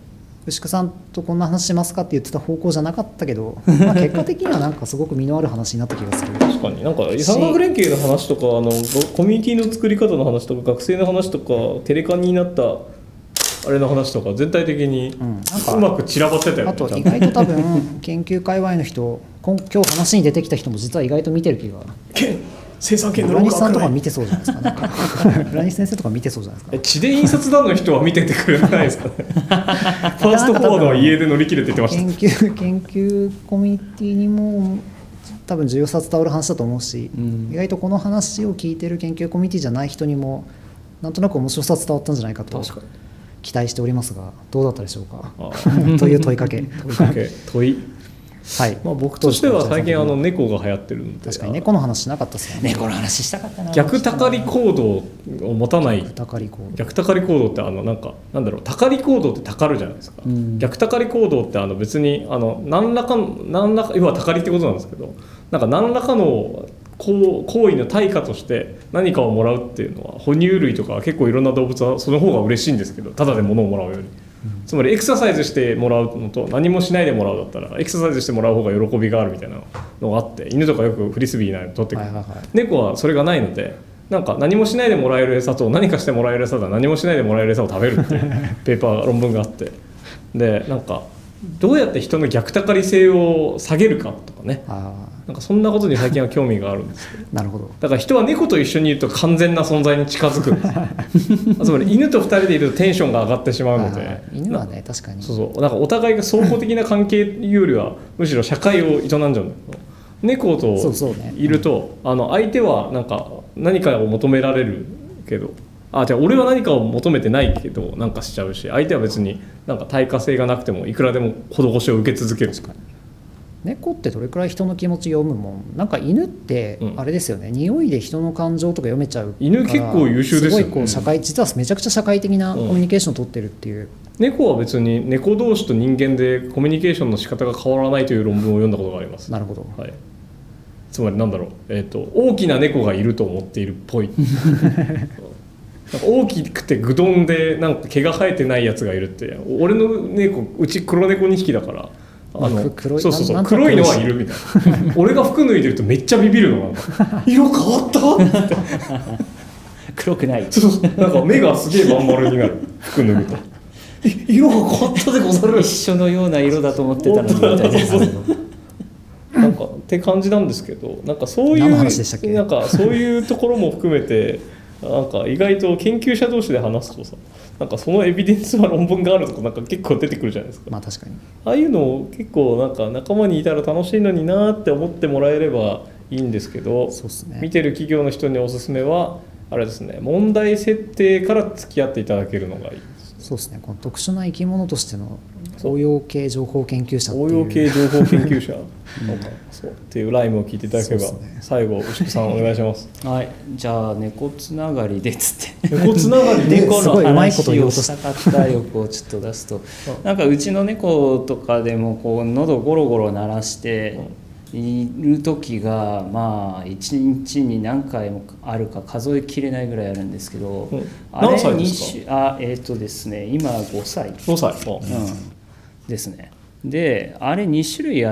牛久さんとこんな話しますかって言ってた方向じゃなかったけど、まあ、結果的にはなんかすごく実のある話になった気がする。 確かになんか産学連携の話とかコミュニティの作り方の話とか学生の話とかテレカンになったあれの話とか全体的にうまく散らばってたよね。 あと意外と多分研究界隈の人今日話に出てきた人も実は意外と見てる気が。 生産権の浦西さんとか見てそうじゃないですか。なんか浦西先生とか見てそうじゃないですか。 地で印刷団の人は見ててくれないですかね。ファーストフォワードは家で乗り切れって言ってました。 研究コミュニティにも多分重要さ伝わる話だと思うし、意外とこの話を聞いてる研究コミュニティじゃない人にもなんとなく面白さ伝わったんじゃないかと期待しておりますが、どうだったでしょうかという問いかけ。はい、 まあ、僕としては最近猫が流行ってるんで、 確かに猫の話しなかったですよね。 猫の話したかったな。 逆たかり行動を持たない。 逆たかり行動ってなんだろう、たかり行動ってたかるじゃないですか。逆たかり行動って別に何らか要はたかりってことなんですけど、なんか何らかの行為の対価として何かをもらうっていうのは哺乳類とか結構いろんな動物はその方が嬉しいんですけど、ただで物をもらうより。つまりエクササイズしてもらうのと何もしないでもらうだったらエクササイズしてもらう方が喜びがあるみたいなのがあって、犬とかよくフリスビーなの取ってくる、猫はそれがないので、なんか何もしないでもらえる餌と何かしてもらえる餌だ何もしないでもらえる餌を食べるっていうペーパー論文があって、でなんかどうやって人の逆たかり性を下げるかとかね、なんかそんなことに最近は興味があるんですけどなるほど。 だから人は猫と一緒にいると完全な存在に近づくんですつまり犬と2人でいるとテンションが上がってしまうので、 犬はね確かにそうなんかお互いが相互的な関係よりはむしろ社会を営んじゃうんだけど、猫といると相手はなんか何かを求められるけど、じゃあ俺は何かを求めてないけどなんかしちゃうし、相手は別になんか対価性がなくてもいくらでも施しを受け続ける。 猫ってどれくらい人の気持ち読むもん。なんか犬ってあれですよね、匂いで人の感情とか読めちゃうから、 犬結構優秀ですよね。 すごい実はめちゃくちゃ社会的なコミュニケーションを取ってるっていう、 猫は別に猫同士と人間でコミュニケーションの仕方が変わらないという論文を読んだことがあります。 なるほど、 はい、つまりなんだろう、大きな猫がいると思っているっぽいなんか大きくてグドンでなんか毛が生えてないやつがいるって、俺の猫うち黒猫2匹だから黒いのはいるみたいな俺が服脱いでるとめっちゃビビるのが色変わったって黒くない、 なんか目がすげえまん丸になる服脱ぐと色が変わったでござる一緒のような色だと思ってたのにみたいななんかって感じなんですけど、なんかそういうところも含めてなんか意外と研究者同士で話すとさ、なんかそのエビデンスは論文があるとかなんか結構出てくるじゃないですか。 まあ確かにああいうのを結構なんか仲間にいたら楽しいのになって思ってもらえればいいんですけど、 そうっすね、 見てる企業の人におすすめはあれですね、問題設定から付き合っていただけるのがいいです。 そうですね、この特殊な生き物としての応用系情報研究者っていう、 応用系情報研究者そうっていうライムを聞いていただければ、最後牛久さんお願いしますはい、じゃあ猫つながりでつって猫つながりで猫の話をしたかった欲をちょっと出すとなんかうちの猫とかでもこう喉ゴロゴロ鳴らしている時がまあ1日に何回もあるか数えきれないぐらいあるんですけど、 何歳ですか？ ですね、今5歳ですね。であれ2種類あって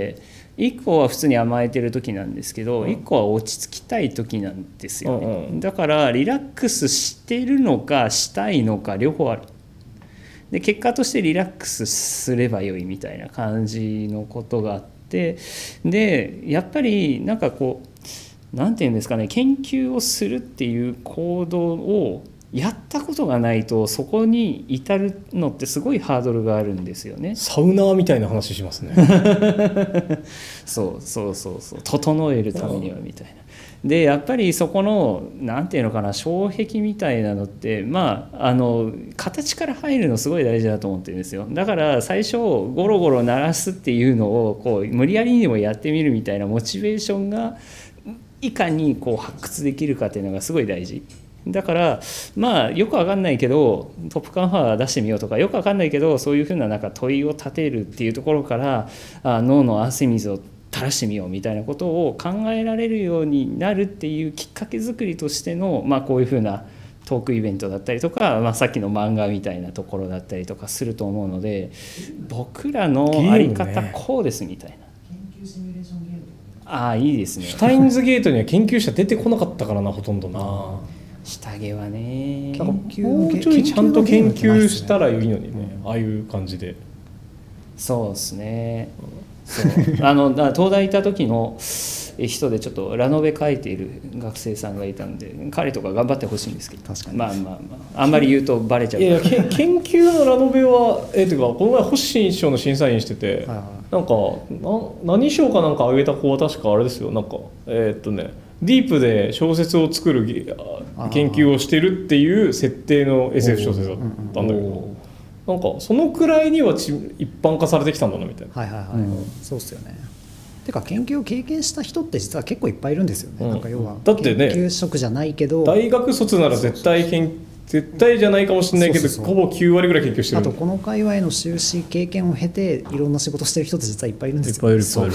、1個は普通に甘えてる時なんですけど、1個は落ち着きたい時なんですよね。だからリラックスしているのかしたいのか両方ある。で結果としてリラックスすればよいみたいな感じのことがあって、でやっぱりなんかこうなんていうんですかね、研究をするっていう行動をやったことがないとそこに至るのってすごいハードルがあるんですよね。 サウナーみたいな話しますねそう整えるためにはみたいな。でやっぱりそこのなんていうのかな、障壁みたいなのって形から入るのすごい大事だと思ってるんですよ。だから最初ゴロゴロ鳴らすっていうのをこう無理やりにでもやってみるみたいなモチベーションがいかにこう発掘できるかっていうのがすごい大事だから、まあよくわかんないけどトップカンファー出してみようとか、よくわかんないけどそういうふうななんか問いを立てるっていうところから脳の汗水を垂らしてみようみたいなことを考えられるようになるっていうきっかけ作りとしての、まあ、こういうふうなトークイベントだったりとか、さっきの漫画みたいなところだったりとかすると思うので、僕らのあり方こうですみたいな、 研究シミュレーションゲームとか、いいですね。 シュタインズゲートには研究者出てこなかったからな、ほとんどな。 下着はね、 もうちょいちゃんと研究したらいいのにね、ああいう感じで。 そうですね。そう東大いた時の人でちょっとラノベ書いている学生さんがいたんで、彼とか頑張ってほしいんですけど、 確かにあんまり言うとバレちゃうから。 いや研究のラノベはていうかこの前星新賞の審査員してて、なんか何賞かなんかあげた子は確かあれですよ、なんかディープで小説を作る研究をしてるっていう設定の SF 小説だったんだけど、なんかそのくらいには一般化されてきたんだなみたいな。 そうっすよね。てか研究を経験した人って実は結構いっぱいいるんですよね。なんか要はだってね、 研究職じゃないけど大学卒なら絶対じゃないかもしれないけど、ほぼ9割ぐらい研究してる。 あとこの界隈の修士経験を経ていろんな仕事してる人って実はいっぱいいるんですよ。 いっぱいいる。そう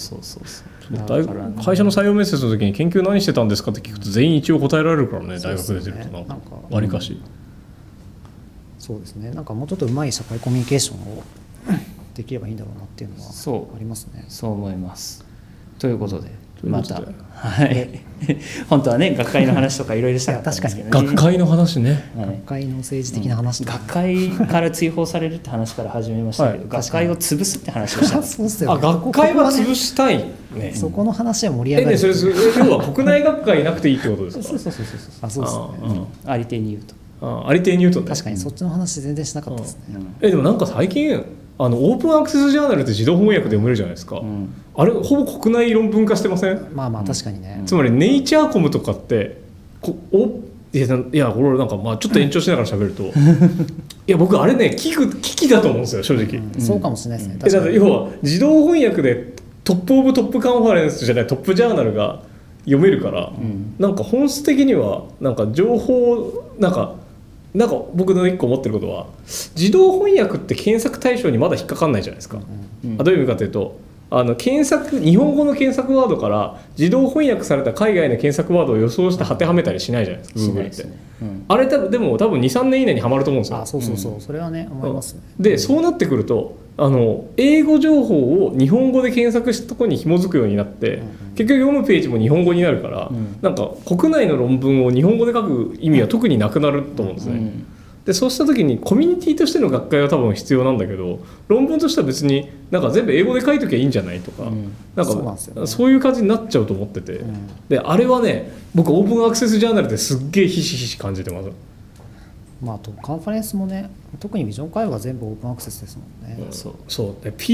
会社の採用面接の時に研究何してたんですかって聞くと全員一応答えられるからね、大学出てるとなんかわりかし。 そうですね。なんかもうちょっとうまい社会コミュニケーションをできればいいんだろうなっていうのはありますね。 そう思います。ということでまた、本当はね学会の話とかいろいろしたかったんですけどね。 学会の話ね。 学会の政治的な話とか、 学会から追放されるって話から始めましたけど、学会を潰すって話をした。 そうっすよね。 学会は潰したいね。 そこの話は盛り上がる。 それ要は国内学会なくていいってことですか。 そうですね。 ありていに言うと。 ありていに言うとね。 確かにそっちの話全然しなかったですね。 でもなんか最近オープンアクセスジャーナルって自動翻訳で読めるじゃないですか。あれほぼ国内論文化してません？ まあ確かにね。 つまりネイチャーコムとかっていやこれなんかちょっと延長しながら喋るといや僕あれね危機だと思うんですよ正直。 そうかもしれないですね。 だから要は自動翻訳でトップオブトップカンファレンスじゃないトップジャーナルが読めるから、なんか本質的にはなんか情報なんか僕の一個思ってることは、自動翻訳って検索対象にまだ引っかかんないじゃないですか。どういう意味かというと日本語の検索ワードから自動翻訳された海外の検索ワードを予想して当てはめたりしないじゃないですか Google って。あれでも多分 2,3 年以内にはまると思うんですよ。 そうそれはね思いますね。 でそうなってくると英語情報を日本語で検索したところに紐づくようになって、結局読むページも日本語になるから、なんか国内の論文を日本語で書く意味は特になくなると思うんですね。でそうした時にコミュニティとしての学会は多分必要なんだけど、論文としては別になんか全部英語で書いときゃいいんじゃないとか、なんかそういう感じになっちゃうと思ってて、であれはね僕オープンアクセスジャーナルですっげえひしひし感じてます。 あとカンファレンスもね、特にビジョン会話は全部オープンアクセスですもんね。 そう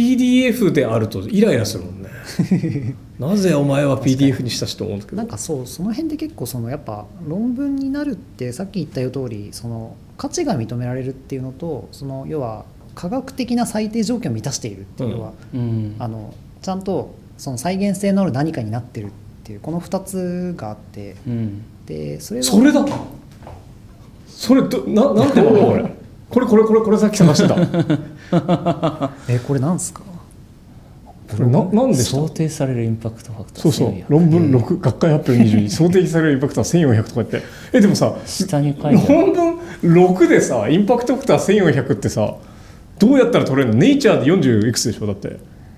PDF であるとイライラするもんねなぜお前は PDF にしたしと思うんですけど、 なんかその辺で結構やっぱ論文になるってさっき言った通り価値が認められるっていうのと要は科学的な最低条件を満たしているっていうのは、ちゃんと再現性のある何かになってるっていうこの2つがあって、でそれだそれなんて思うこれさっき探してたこれなんですか。 これなんで想定されるインパクトファクター。 そう論文6学会発表22想定されるインパクトは1400とか言ってでもさ下に書いて論文6でさインパクトファクター1400ってさどうやったら取れるの？ネイチャーで40いくつでしょだって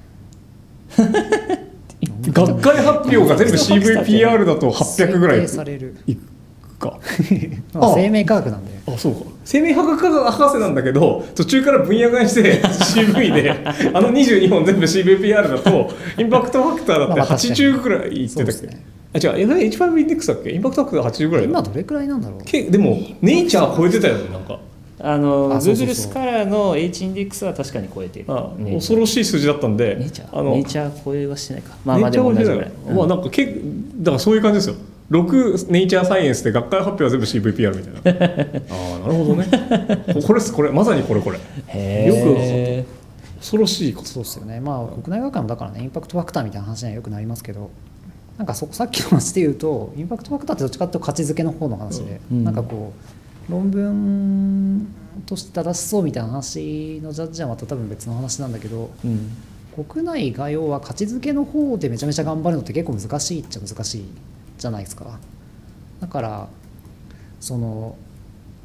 学会発表が全部 CVPR だと800ぐらいいくか生命科学なんで。 そうか生命博士なんだけど途中から分野替えして CV で22本全部 CVPR だとインパクトファクターだって80ぐらいいってたっけ？違う H5 インデックスだっけ？インパクトファクター80ぐらいだ。 今どれくらいなんだろう。 でもネイチャー超えてたよねなんか。 Google スカラーの H インデックスは確かに超えている。 恐ろしい数字だったんでネイチャー超えはしてないか。 でも同じぐらい。なんかだからそういう感じですよ。6ネイチャーサイエンスで学会発表は全部 CVPR みたいななるほどねこれまさにこれよく恐ろしいこと。 そうですよね。国内学会もだからねインパクトファクターみたいな話にはよくなりますけど、なんかさっきの話で言うとインパクトファクターってどっちかっていうと価値づけの方の話で、なんか論文として正しそうみたいな話のジャッジはまた多分別の話なんだけど、国内が要は価値づけの方でめちゃめちゃ頑張るのって結構難しいっちゃ難しいじゃないですか。だから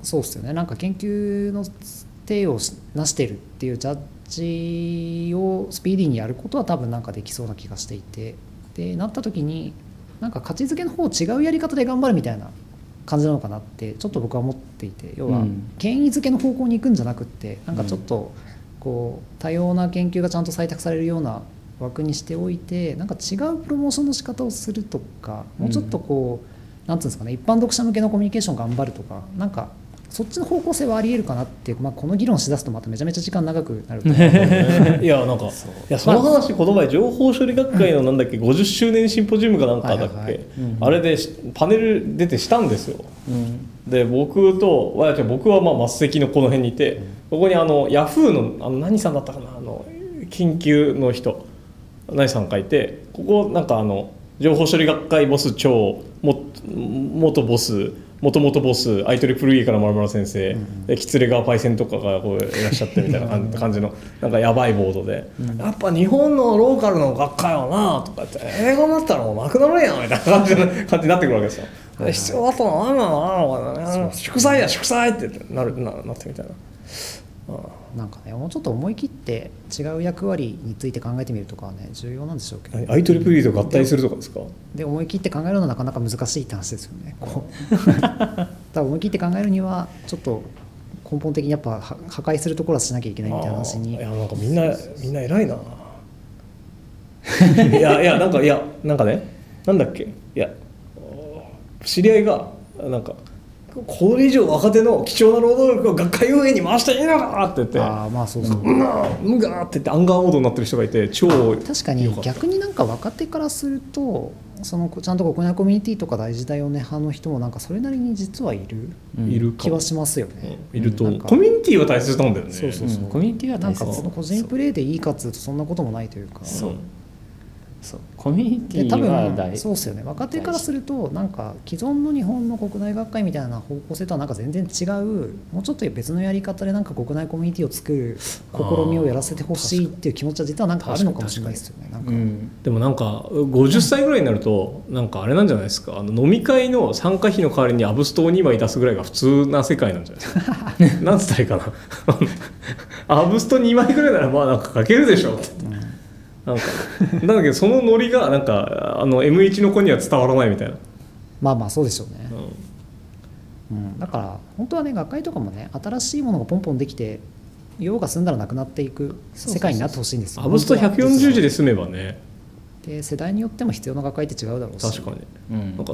そうですよね、なんか研究の体をなしてるっていうジャッジをスピーディーにやることは多分なんかできそうな気がしていて、でなった時になんか価値づけの方を違うやり方で頑張るみたいな感じなのかなってちょっと僕は思っていて、要は権威づけの方向に行くんじゃなくってなんかちょっとこう多様な研究がちゃんと採択されるような枠にしておいて、なんか違うプロモーションの仕方をするとか、もうちょっとこうなんていうんですかね、一般読者向けのコミュニケーション頑張るとか、なんかそっちの方向性はありえるかなっていう、この議論しだすとまためちゃめちゃ時間長くなると思ういやなんかその話、この前情報処理学会のなんだっけ50周年シンポジウムかなんかだっけ、あれでパネル出てしたんですよ。で僕はまあ末席のこの辺にいて、ここにヤフーの何さんだったかな、研究の人何さんがいて、ここなんか情報処理学会ボス長元ボス元々ボス IEEE から丸々先生、でキツレ川パイセンとかがこういらっしゃってみたいな感じのなんかやばいボードで、やっぱ日本のローカルの学会はなとかって英語になったらもうなくなるやんみたいな感じになってくるわけですよ。必要だとは何なの祝祭や祝祭ってなってみたいな。 なんかね、もうちょっと思い切って違う役割について考えてみるとかはね重要なんでしょうけど、 IEEE と合体するとかですか。 で思い切って考えるのはなかなか難しいって話ですよね。だ思い切って考えるにはちょっと根本的にやっぱ破壊するところはしなきゃいけないみたいな話に。 いやなんかみんな偉いな。いやなんかね、なんだっけ、いや知り合いがなんかこれ以上若手の貴重な労働力を学会運営に回していいのかって言って、 そうそう、 うんがーって言ってアンガーモードになってる人がいて超確かに逆になんか若手からするとそのちゃんと国内コミュニティとか大事だよね派の人もなんかそれなりに実はいる気はしますよね。 いるとコミュニティは大切なんだよね。 そうコミュニティはなんかその個人プレーでいいかつうとそんなこともないというか。 コミュニティは多分そうですよね。若手からするとなんか既存の日本の国内学会みたいな方向性とはなんか全然違う、もうちょっと別のやり方でなんか国内コミュニティを作る試みをやらせてほしいっていう気持ちは実はなんかあるのかもしれないですよね。なんかでもなんか50歳ぐらいになるとなんかあれなんじゃないですか、飲み会の参加費の代わりにアブストを2枚出すぐらいが普通な世界なんじゃないですか。なんつったらいいかな。アブスト2枚ぐらいならまあなんか書けるでしょって。なんだけどそのノリがなんかM1 の子には伝わらないみたいな。 まあそうでしょうね。だから本当はね学会とかもね新しいものがポンポンできて用が済んだらなくなっていく世界になってほしいんですよ。 アブスト140字で済めばね。 で世代によっても必要な学会って違うだろうし。 確かに。なんか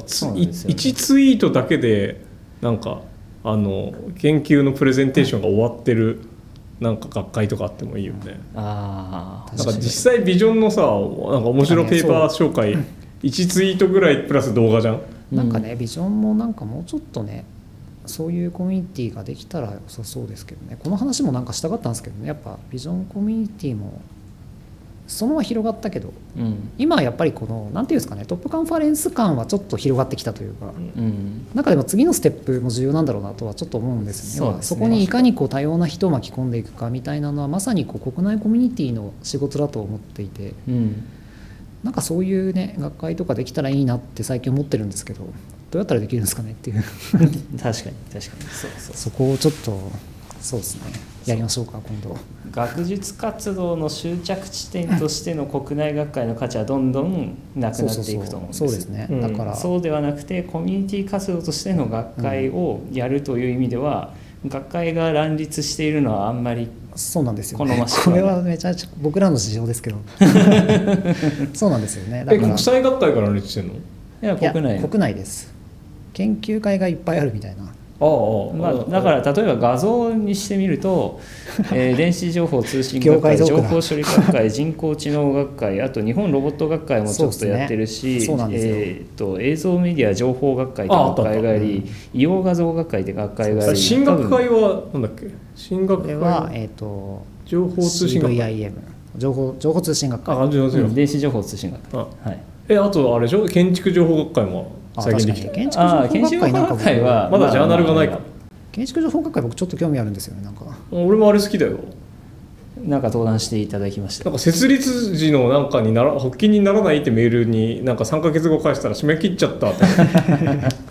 1ツイートだけでなんか研究のプレゼンテーションが終わってるなんか学会とかあってもいいよね。なんか実際ビジョンのさなんか面白ペーパー紹介1ツイートぐらいプラス動画じゃん。 なんかねビジョンもなんかもうちょっとねそういうコミュニティができたら良さそうですけどね。この話もなんかしたかったんですけどね、やっぱビジョンコミュニティもそのまま広がったけど、今はやっぱりこのなんていうんですかね、トップカンファレンス感はちょっと広がってきたというか、なんかでも次のステップも重要なんだろうなとはちょっと思うんですよね。そこにいかにこう多様な人を巻き込んでいくかみたいなのはまさにこう国内コミュニティの仕事だと思っていて、なんかそういうね学会とかできたらいいなって最近思ってるんですけど、どうやったらできるんですかねっていう。 確かにそこをちょっとそうですねやりましょうか今度。 学術活動の終着地点としての国内学会の価値はどんどんなくなっていくと思うんです。 そうですね。だからそうではなくてコミュニティ活動としての学会をやるという意味では、学会が乱立しているのはあんまりそうなんですよ、 好ましくこれはめちゃめちゃ僕らの事情ですけどそうなんですよね。だから国際学会から乱立してんの？ いや国内です。研究会がいっぱいあるみたいな。 だから例えば画像にしてみると、電子情報通信学会、情報処理学会、人工知能学会、あと日本ロボット学会もちょっとやってるし、映像メディア情報学会って学会があり、異様画像学会って学会があり、 新学会はなんだっけ？新学会は情報通信学会、 CVIM 情報通信学会、 電子情報通信学会、 あとあれでしょ、建築情報学会も最近できた。 建築情報学会はまだジャーナルがないか。 建築情報学会僕ちょっと興味あるんですよね。なんか俺もあれ好きだよ。 なんか登壇していただきました。 なんか設立時のなんかに発起にならないってメールになんか3ヶ月後返したら締め切っちゃったって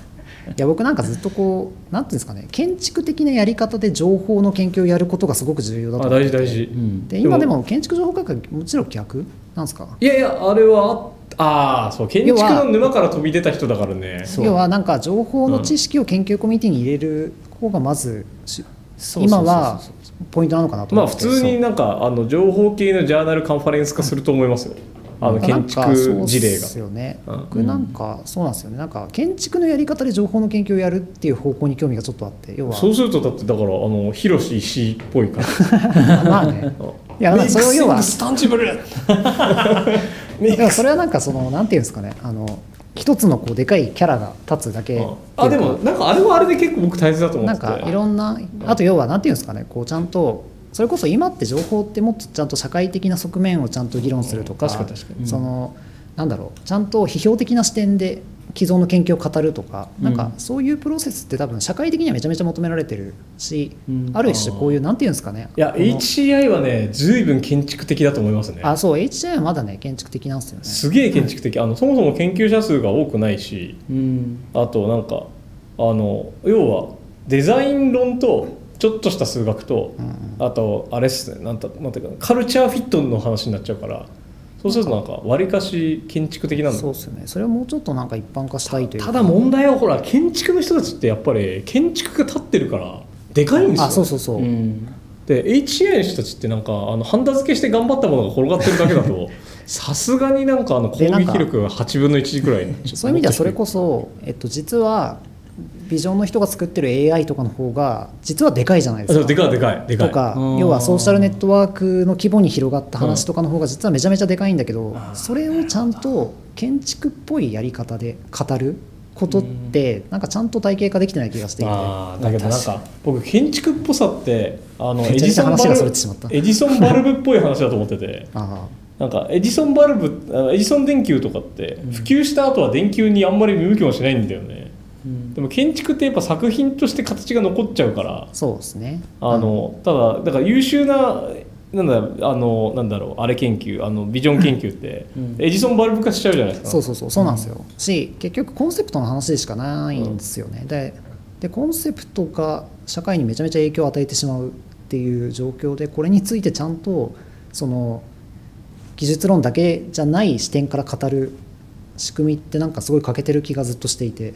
や僕なんかずっとこうなんていうんですかね、建築的なやり方で情報の研究をやることがすごく重要だと思ってて、 大事。 で今でも建築情報科学はもちろん逆なんですか。 いやあれはそう建築の沼から飛び出た人だからね。 要はなんか情報の知識を研究コミュニティに入れる方がまず今はポイントなのかなと思って。 普通になんか情報系のジャーナルカンファレンス化すると思いますよ。建築事例が。そうですよね。僕なんかそうなんですよね。なんか建築のやり方で情報の研究をやるっていう方向に興味がちょっとあって、要はそうするとだってだから広し石っぽいからまあね。いやそれを要はスタンジブルそれはなんかなんていうんですかね、一つのこうでかいキャラが立つだけでもなんかあれはあれで結構僕大切だと思ってて、 なんかいろんなあと要はなんていうんですかね、こうちゃんとそれこそ今って情報ってもっとちゃんと社会的な側面をちゃんと議論するとか、なんだろう、ちゃんと批評的な視点で既存の研究を語るとか、なんかそういうプロセスって多分社会的にはめちゃめちゃ求められてるし、ある種こういうなんていうんですかね、 いや HCI はね随分建築的だと思いますね。 そう HCI はまだね建築的なんですよね。 すげえ建築的、そもそも研究者数が多くないし、あとなんか要はデザイン論とちょっとした数学と、あとあれっすね、なんていうかカルチャーフィットの話になっちゃうから、そうするとなんかわりかし建築的なんだ。 そうですよね。それをもうちょっとなんか一般化したいというか。 ただ問題はほら建築の人たちってやっぱり建築が立ってるからでかいんですよ。 そう、 で HCI の人たちってなんかハンダ付けして頑張ったものが転がってるだけだとさすがになんか攻撃力が8分の1ぐらい。 そういう意味ではそれこそ、実はビジョンの人が作ってる AI とかの方が実はでかいじゃないですか。 でかいとか、要はソーシャルネットワークの規模に広がった話とかの方が実はめちゃめちゃでかいんだけど、それをちゃんと建築っぽいやり方で語ることってなんかちゃんと体系化できてない気がしていて、 だけどなんか僕建築っぽさってエジソンバルブっぽい話だと思っててなんかエジソン電球とかって普及した後は電球にあんまり見向きもしないんだよね。でも建築ってやっぱ作品として形が残っちゃうから、 そうですね。 ただだから優秀ななんだろうあれ研究ビジョン研究ってエジソンバルブ化しちゃうじゃないですか。 そうなんですよ。し結局コンセプトの話でしかないんですよね。でコンセプトが社会にめちゃめちゃ影響を与えてしまうっていう状況で、これについてちゃんと技術論だけじゃない視点から語る仕組みってなんかすごい欠けてる気がずっとしていて、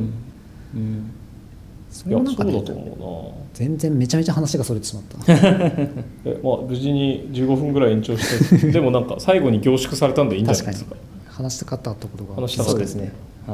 それはなんかね、 そうだと思うな。 全然めちゃめちゃ話がそれてしまった無事に15分ぐらい延長してでもなんか最後に凝縮されたんでいいんじゃないですか。 確かに話したかったことが話したかったですね。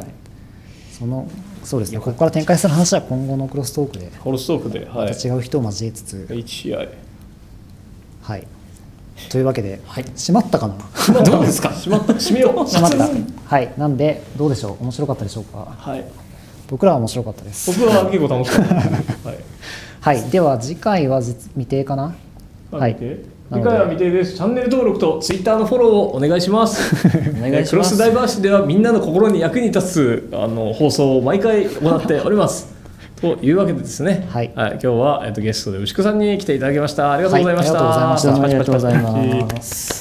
そうですね。ここから展開する話は今後のクロストークでまた違う人を交えつつ、 HCI はいというわけで、閉まったかなどうですか。閉めよう。 閉まった。はい。なんでどうでしょう。面白かったでしょうか。僕らは面白かったです。 僕は結構楽しかったです。 はい。では次回は未定かな。はい。 次回は未定です。チャンネル登録とツイッターのフォローをお願いします。クロスダイバーシティではみんなの心に役に立つ放送を毎回行っております。というわけでですね、今日はゲストで牛久さんに来ていただきました。ありがとうございました。 ありがとうございました。